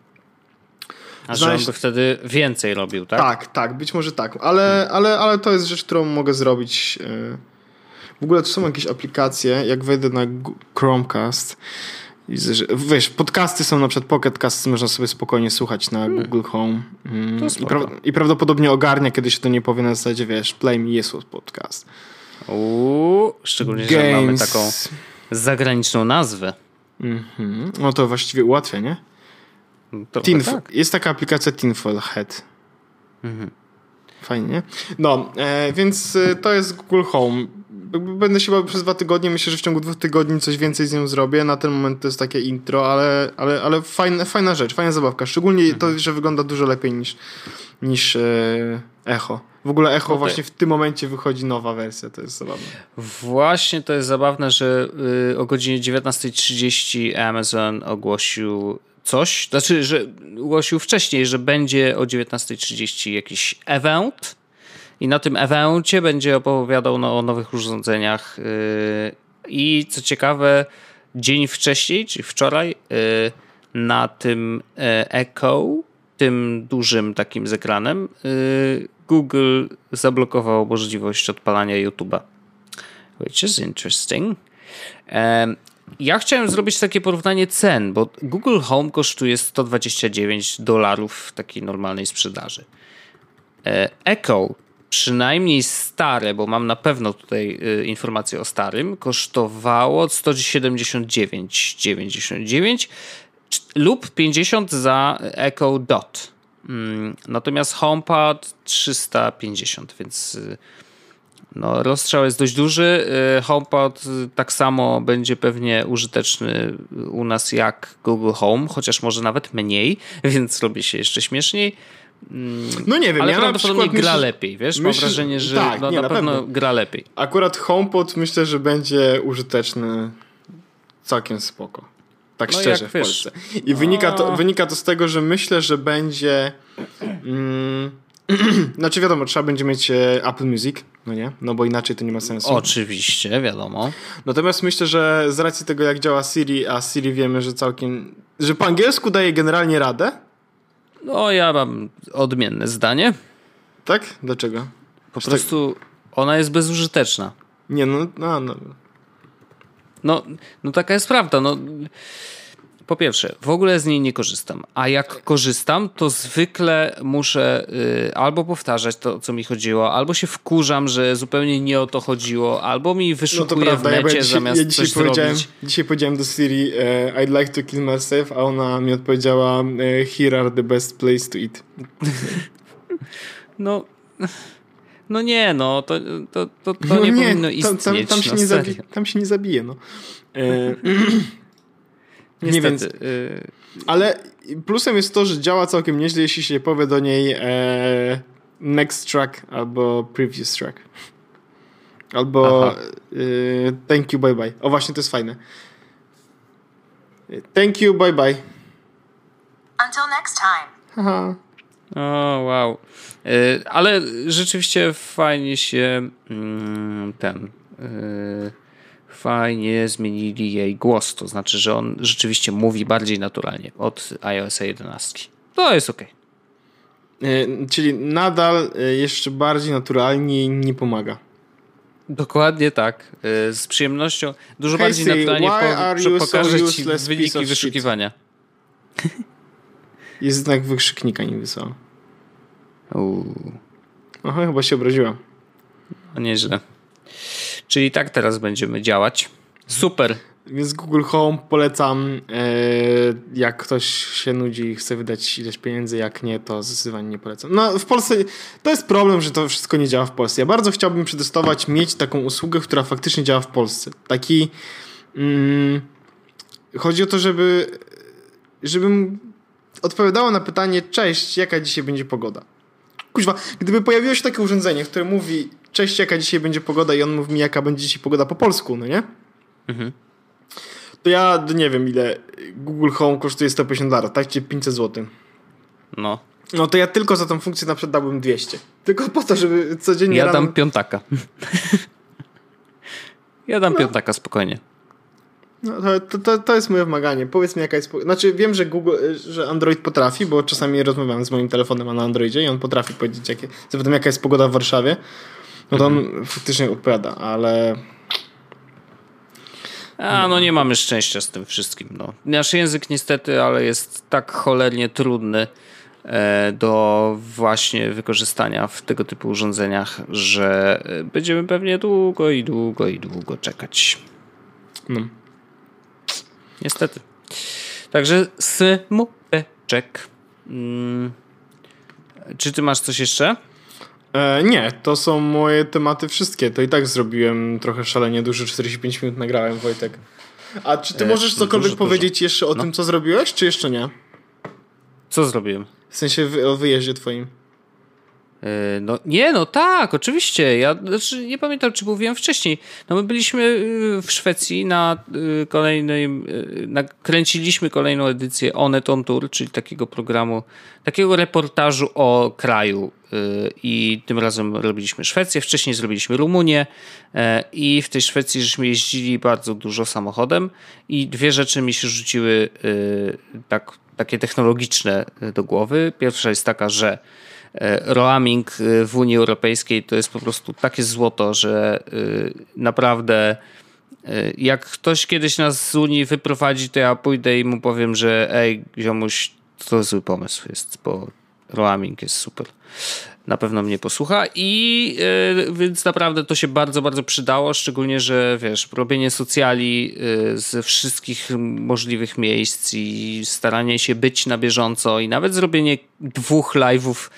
że on by wtedy więcej robił, tak? Tak, być może tak. Ale to jest rzecz, którą mogę zrobić. W ogóle to są jakieś aplikacje, jak wejdę na Chromecast, wiesz, podcasty są na przykład Pocket Cast, można sobie spokojnie słuchać na Google Home. I prawdopodobnie ogarnia, kiedy się to nie powie na zasadzie, wiesz, play me Jesus podcast. Szczególnie, że mamy taką zagraniczną nazwę. No to właściwie ułatwia, nie? Tak. Jest taka aplikacja Tinfoil Head. Fajnie, nie? No, więc to jest Google Home. Będę się bawił przez 2 tygodnie. Myślę, że w ciągu 2 tygodni coś więcej z nią zrobię. Na ten moment to jest takie intro, ale fajna rzecz, fajna zabawka. Szczególnie to, że wygląda dużo lepiej niż Echo. W ogóle Echo właśnie w tym momencie wychodzi nowa wersja. To jest zabawne. Właśnie to jest zabawne, że o godzinie 19:30 Amazon ogłosił coś, znaczy, że ogłosił wcześniej, że będzie o 19:30 jakiś event i na tym evencie będzie opowiadał o nowych urządzeniach i co ciekawe, dzień wcześniej, czyli wczoraj, na tym Echo, tym dużym takim z ekranem, Google zablokował możliwość odpalania YouTube'a, which is interesting. Ja chciałem zrobić takie porównanie cen, bo Google Home kosztuje $129 w takiej normalnej sprzedaży. Echo, przynajmniej stare, bo mam na pewno tutaj informacje o starym, kosztowało $179,99 lub 50 za Echo Dot. Natomiast HomePod 350, więc no, rozstrzał jest dość duży. HomePod tak samo będzie pewnie użyteczny u nas jak Google Home, chociaż może nawet mniej, więc robi się jeszcze śmieszniej. No nie wiem, ale ja prawdopodobnie gra lepiej, wiesz? Mam wrażenie, że tak, na pewno gra lepiej. Akurat HomePod myślę, że będzie użyteczny całkiem spoko. Tak no szczerze w Polsce. I wynika to z tego, że myślę, że będzie znaczy wiadomo, trzeba będzie mieć Apple Music, no nie? No bo inaczej to nie ma sensu. Oczywiście, wiadomo. Natomiast myślę, że z racji tego, jak działa Siri, a Siri wiemy, że po angielsku daje generalnie radę. No ja mam odmienne zdanie. Tak? Dlaczego? Po prostu ona jest bezużyteczna. Nie, No taka jest prawda, no. Po pierwsze, w ogóle z niej nie korzystam, a jak korzystam, to zwykle muszę albo powtarzać to, co mi chodziło, albo się wkurzam, że zupełnie nie o to chodziło, albo mi wyszukuje w necie zamiast coś zrobić. Dzisiaj powiedziałem do Siri I'd like to kill myself, a ona mi odpowiedziała here are the best place to eat. No nie, no to nie powinno istnieć. Tam się nie zabije, no. Niestety. Nie, ale plusem jest to, że działa całkiem nieźle, jeśli się powie do niej next track albo previous track. Albo thank you, bye bye. O właśnie, to jest fajne. Thank you, bye bye. Until next time. Aha. O, wow. Ale rzeczywiście fajnie się fajnie zmienili jej głos. To znaczy, że on rzeczywiście mówi bardziej naturalnie od iOS 11. To jest okej. Czyli nadal jeszcze bardziej naturalnie nie pomaga. Dokładnie tak. Z przyjemnością. Dużo bardziej naturalnie pokażę ci wyniki wyszukiwania. Jest znak wykrzyknika, nie wysłał. Aha, chyba się obraziła. No nieźle. Czyli tak teraz będziemy działać. Super. Więc Google Home polecam. Jak ktoś się nudzi i chce wydać ileś pieniędzy, jak nie, to zdecydowanie nie polecam. No w Polsce to jest problem, że to wszystko nie działa w Polsce. Ja bardzo chciałbym przetestować, mieć taką usługę, która faktycznie działa w Polsce. Chodzi o to, żebym odpowiadało na pytanie: cześć, jaka dzisiaj będzie pogoda? Kuźwa, gdyby pojawiło się takie urządzenie, które mówi: cześć, jaka dzisiaj będzie pogoda, i on mówi mi, jaka będzie dzisiaj pogoda po polsku, no nie? Mhm. To ja nie wiem, ile Google Home kosztuje $150, tak? Czyli 500 zł. No. No to ja tylko za tą funkcję na przykład dałbym 200. Tylko po to, żeby codziennie Ja dam piątaka. Ja dam piątaka spokojnie. No, to jest moje wymaganie. Powiedz mi, jaka jest... Znaczy wiem, że Android potrafi, bo czasami rozmawiam z moim telefonem na Androidzie i on potrafi powiedzieć, zapytam, jaka jest pogoda w Warszawie. No to on faktycznie odpowiada, ale... No nie mamy szczęścia z tym wszystkim. No. Nasz język niestety, ale jest tak cholernie trudny do właśnie wykorzystania w tego typu urządzeniach, że będziemy pewnie długo czekać. No. Niestety. Także smuteczek. Czy ty masz coś jeszcze? Nie, to są moje tematy wszystkie. To i tak zrobiłem trochę szalenie dużo, 45 minut nagrałem, Wojtek. A czy ty możesz cokolwiek powiedzieć jeszcze o tym, co zrobiłeś, czy jeszcze nie? Co zrobiłem? W sensie o wyjeździe twoim. No tak, oczywiście. Ja nie pamiętam, czy mówiłem wcześniej. No my byliśmy w Szwecji kręciliśmy kolejną edycję Onet on Tour, czyli takiego programu, takiego reportażu o kraju. I tym razem robiliśmy Szwecję, wcześniej zrobiliśmy Rumunię i w tej Szwecji żeśmy jeździli bardzo dużo samochodem i dwie rzeczy mi się rzuciły takie technologiczne do głowy. Pierwsza jest taka, że roaming w Unii Europejskiej to jest po prostu takie złoto, że naprawdę jak ktoś kiedyś nas z Unii wyprowadzi, to ja pójdę i mu powiem, że ej, ziomuś, to zły pomysł jest, bo roaming jest super. Na pewno mnie posłucha i więc naprawdę to się bardzo, bardzo przydało, szczególnie, że wiesz, robienie socjali ze wszystkich możliwych miejsc i staranie się być na bieżąco i nawet zrobienie 2 live'ów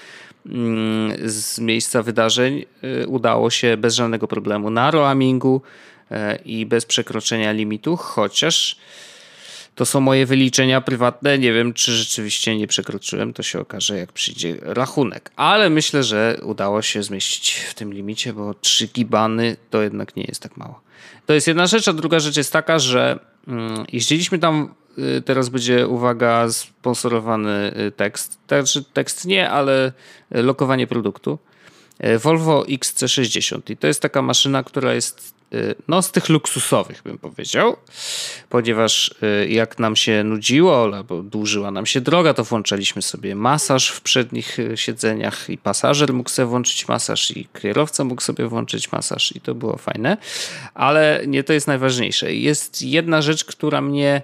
z miejsca wydarzeń udało się bez żadnego problemu na roamingu i bez przekroczenia limitu, chociaż to są moje wyliczenia prywatne. Nie wiem, czy rzeczywiście nie przekroczyłem. To się okaże, jak przyjdzie rachunek. Ale myślę, że udało się zmieścić w tym limicie, bo 3 gibany to jednak nie jest tak mało. To jest jedna rzecz, a druga rzecz jest taka, że jeździliśmy tam, teraz będzie, uwaga, sponsorowany tekst. Znaczy tekst nie, ale lokowanie produktu. Volvo XC60 i to jest taka maszyna, która jest z tych luksusowych, bym powiedział, ponieważ jak nam się nudziło albo dłużyła nam się droga, to włączaliśmy sobie masaż w przednich siedzeniach i pasażer mógł sobie włączyć masaż i kierowca mógł sobie włączyć masaż i to było fajne, ale nie to jest najważniejsze. Jest jedna rzecz, która mnie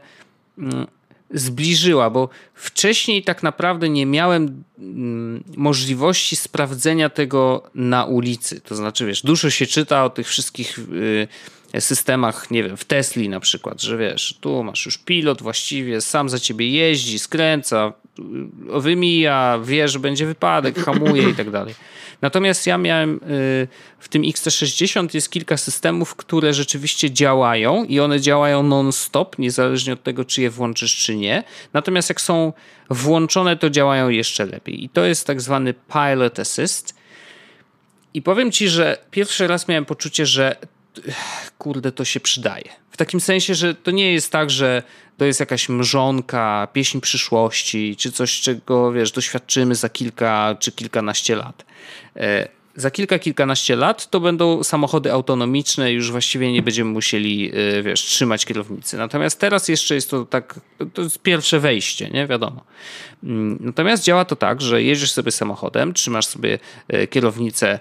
zbliżyła, bo wcześniej tak naprawdę nie miałem możliwości sprawdzenia tego na ulicy. To znaczy, wiesz, dużo się czyta o tych wszystkich systemach, nie wiem, w Tesli na przykład, że wiesz, tu masz już pilot właściwie, sam za ciebie jeździ, skręca, wymija, wie, że będzie wypadek, hamuje i tak dalej. Natomiast ja miałem w tym XT60 jest kilka systemów, które rzeczywiście działają i one działają non-stop, niezależnie od tego, czy je włączysz, czy nie. Natomiast jak są włączone, to działają jeszcze lepiej. I to jest tak zwany Pilot Assist. I powiem ci, że pierwszy raz miałem poczucie, że kurde, to się przydaje. W takim sensie, że to nie jest tak, że to jest jakaś mrzonka, pieśń przyszłości, czy coś, czego, wiesz, doświadczymy za kilka czy kilkanaście lat. Za kilkanaście lat to będą samochody autonomiczne, już właściwie nie będziemy musieli, wiesz, trzymać kierownicy. Natomiast teraz jeszcze jest to tak, to jest pierwsze wejście, nie wiadomo. Natomiast działa to tak, że jedziesz sobie samochodem, trzymasz sobie kierownicę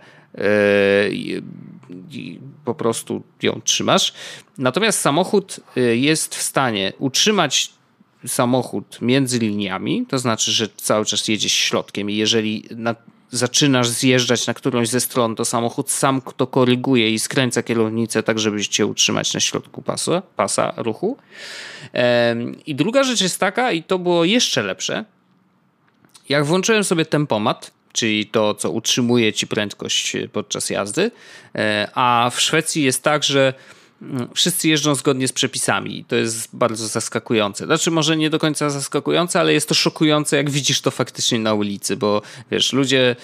i po prostu ją trzymasz. Natomiast samochód jest w stanie utrzymać samochód między liniami, to znaczy, że cały czas jedziesz środkiem i jeżeli zaczynasz zjeżdżać na którąś ze stron, to samochód sam to koryguje i skręca kierownicę tak, żeby cię utrzymać na środku pasa ruchu. I druga rzecz jest taka, i to było jeszcze lepsze, jak włączyłem sobie tempomat, czyli to, co utrzymuje ci prędkość podczas jazdy, a w Szwecji jest tak, że wszyscy jeżdżą zgodnie z przepisami i to jest bardzo zaskakujące. Znaczy może nie do końca zaskakujące, ale jest to szokujące, jak widzisz to faktycznie na ulicy, bo wiesz, ludzie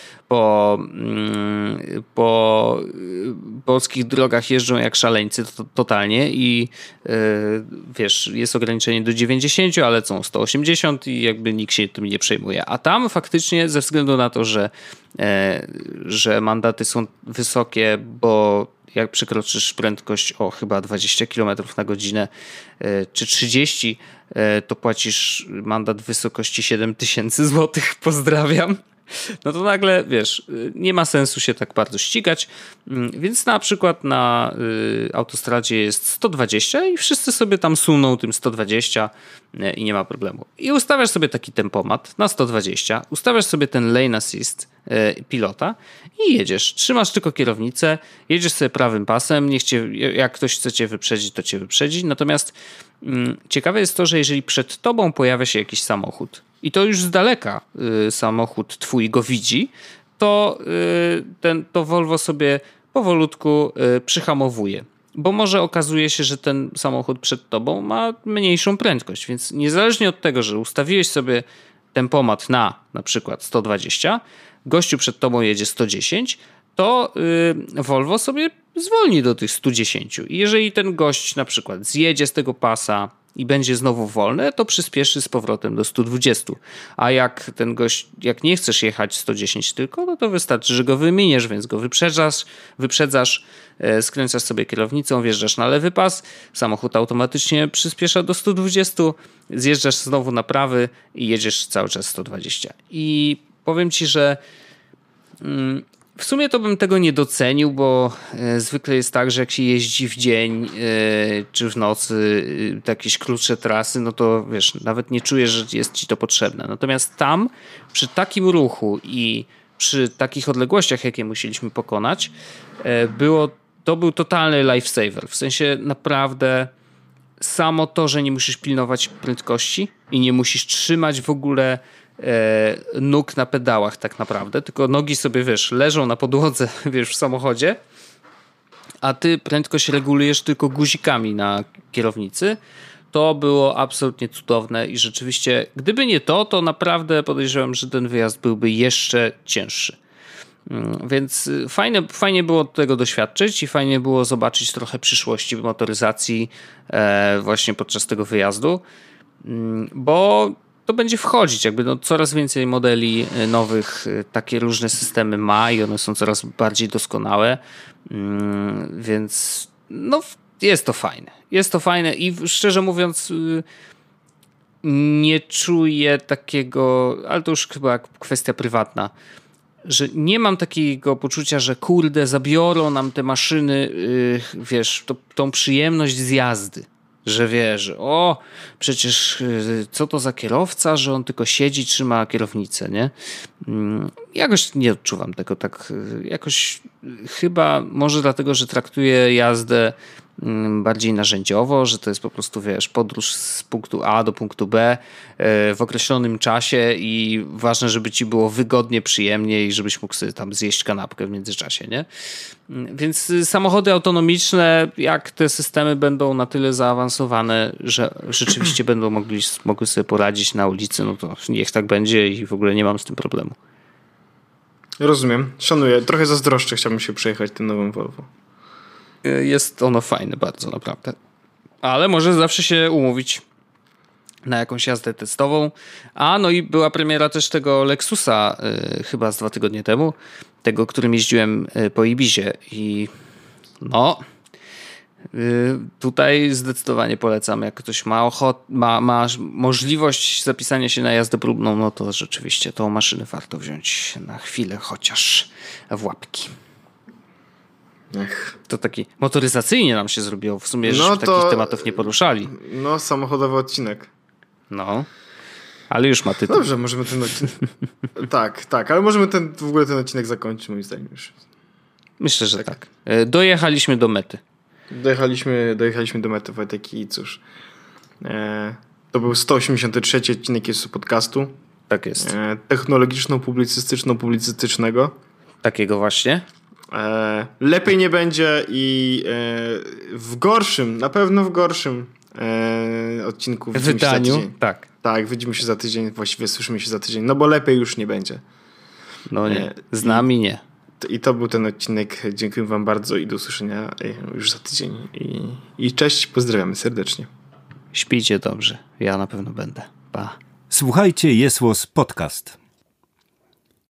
po polskich drogach jeżdżą jak szaleńcy totalnie i wiesz, jest ograniczenie do 90, ale są 180 i jakby nikt się tym nie przejmuje. A tam faktycznie ze względu na to, że mandaty są wysokie, bo jak przekroczysz prędkość o chyba 20 km na godzinę czy 30, to płacisz mandat w wysokości 7000 zł. Pozdrawiam. No to nagle, wiesz, nie ma sensu się tak bardzo ścigać, więc na przykład na autostradzie jest 120 i wszyscy sobie tam suną tym 120 i nie ma problemu. I ustawiasz sobie taki tempomat na 120, ustawiasz sobie ten lane assist pilota i jedziesz. Trzymasz tylko kierownicę, jedziesz sobie prawym pasem, jak ktoś chce cię wyprzedzić, to cię wyprzedzi. Natomiast ciekawe jest to, że jeżeli przed tobą pojawia się jakiś samochód i to już z daleka samochód twój go widzi, to Volvo sobie powolutku przyhamowuje. Bo może okazuje się, że ten samochód przed tobą ma mniejszą prędkość, więc niezależnie od tego, że ustawiłeś sobie tempomat na przykład 120, gościu przed tobą jedzie 110, to Volvo sobie zwolni do tych 110. I jeżeli ten gość na przykład zjedzie z tego pasa i będzie znowu wolny, to przyspieszy z powrotem do 120. A jak ten gość, jak nie chcesz jechać 110 tylko, no to wystarczy, że go wyminiesz, więc go wyprzedzasz, skręcasz sobie kierownicą, wjeżdżasz na lewy pas, samochód automatycznie przyspiesza do 120, zjeżdżasz znowu na prawy i jedziesz cały czas 120. I powiem ci, że w sumie to bym tego nie docenił, bo zwykle jest tak, że jak się jeździ w dzień czy w nocy jakieś krótsze trasy, no to wiesz, nawet nie czujesz, że jest ci to potrzebne. Natomiast tam przy takim ruchu i przy takich odległościach, jakie musieliśmy pokonać, to był totalny lifesaver. W sensie naprawdę samo to, że nie musisz pilnować prędkości i nie musisz trzymać w ogóle nóg na pedałach tak naprawdę, tylko nogi sobie, wiesz, leżą na podłodze, wiesz, w samochodzie, a ty prędkość regulujesz tylko guzikami na kierownicy. To było absolutnie cudowne i rzeczywiście, gdyby nie to naprawdę podejrzewam, że ten wyjazd byłby jeszcze cięższy. Więc fajnie było tego doświadczyć i fajnie było zobaczyć trochę przyszłości w motoryzacji właśnie podczas tego wyjazdu, bo to będzie wchodzić, jakby coraz więcej modeli nowych takie różne systemy ma i one są coraz bardziej doskonałe, więc no jest to fajne. Jest to fajne i szczerze mówiąc nie czuję takiego, ale to już chyba kwestia prywatna, że nie mam takiego poczucia, że kurde, zabiorą nam te maszyny, wiesz, tą przyjemność z jazdy. Że wiesz, przecież co to za kierowca, że on tylko siedzi, trzyma kierownicę, nie? Jakoś nie odczuwam tego tak, jakoś chyba może dlatego, że traktuję jazdę bardziej narzędziowo, że to jest po prostu, wiesz, podróż z punktu A do punktu B w określonym czasie i ważne, żeby ci było wygodnie, przyjemnie i żebyś mógł sobie tam zjeść kanapkę w międzyczasie, nie? Więc samochody autonomiczne, jak te systemy będą na tyle zaawansowane, że rzeczywiście będą mogły sobie poradzić na ulicy, no to niech tak będzie i w ogóle nie mam z tym problemu. Rozumiem, szanuję. Trochę zazdroszczę, chciałbym się przejechać tym nowym Volvo. Jest ono fajne bardzo, naprawdę. Ale może zawsze się umówić na jakąś jazdę testową. No i była premiera też tego Lexusa chyba z 2 tygodnie temu. Tego, którym jeździłem po Ibizie. I no tutaj zdecydowanie polecam. Jak ktoś ma możliwość zapisania się na jazdę próbną, no to rzeczywiście tą maszynę warto wziąć na chwilę chociaż w łapki. To taki motoryzacyjnie nam się zrobiło. W sumie że takich tematów nie poruszali. No, samochodowy odcinek. No, ale już ma tytuł. Dobrze, możemy ten odcinek... tak, ale możemy w ogóle ten odcinek zakończyć, moim zdaniem już. Myślę, że tak. Dojechaliśmy do mety. Dojechaliśmy do mety, Wojtek, i cóż. To był 183 odcinek jest podcastu. Tak jest. Technologiczno-publicystyczno-publicystycznego. Takiego właśnie. Lepiej nie będzie i w gorszym, na pewno w gorszym odcinku widzimy się za tydzień. Tak, widzimy się za tydzień, właściwie słyszymy się za tydzień, no bo lepiej już nie będzie. No nie, z nami nie. I to był ten odcinek. Dziękuję wam bardzo i do usłyszenia już za tydzień. I cześć, pozdrawiamy serdecznie. Śpijcie dobrze, ja na pewno będę. Pa. Słuchajcie, Jest Podcast.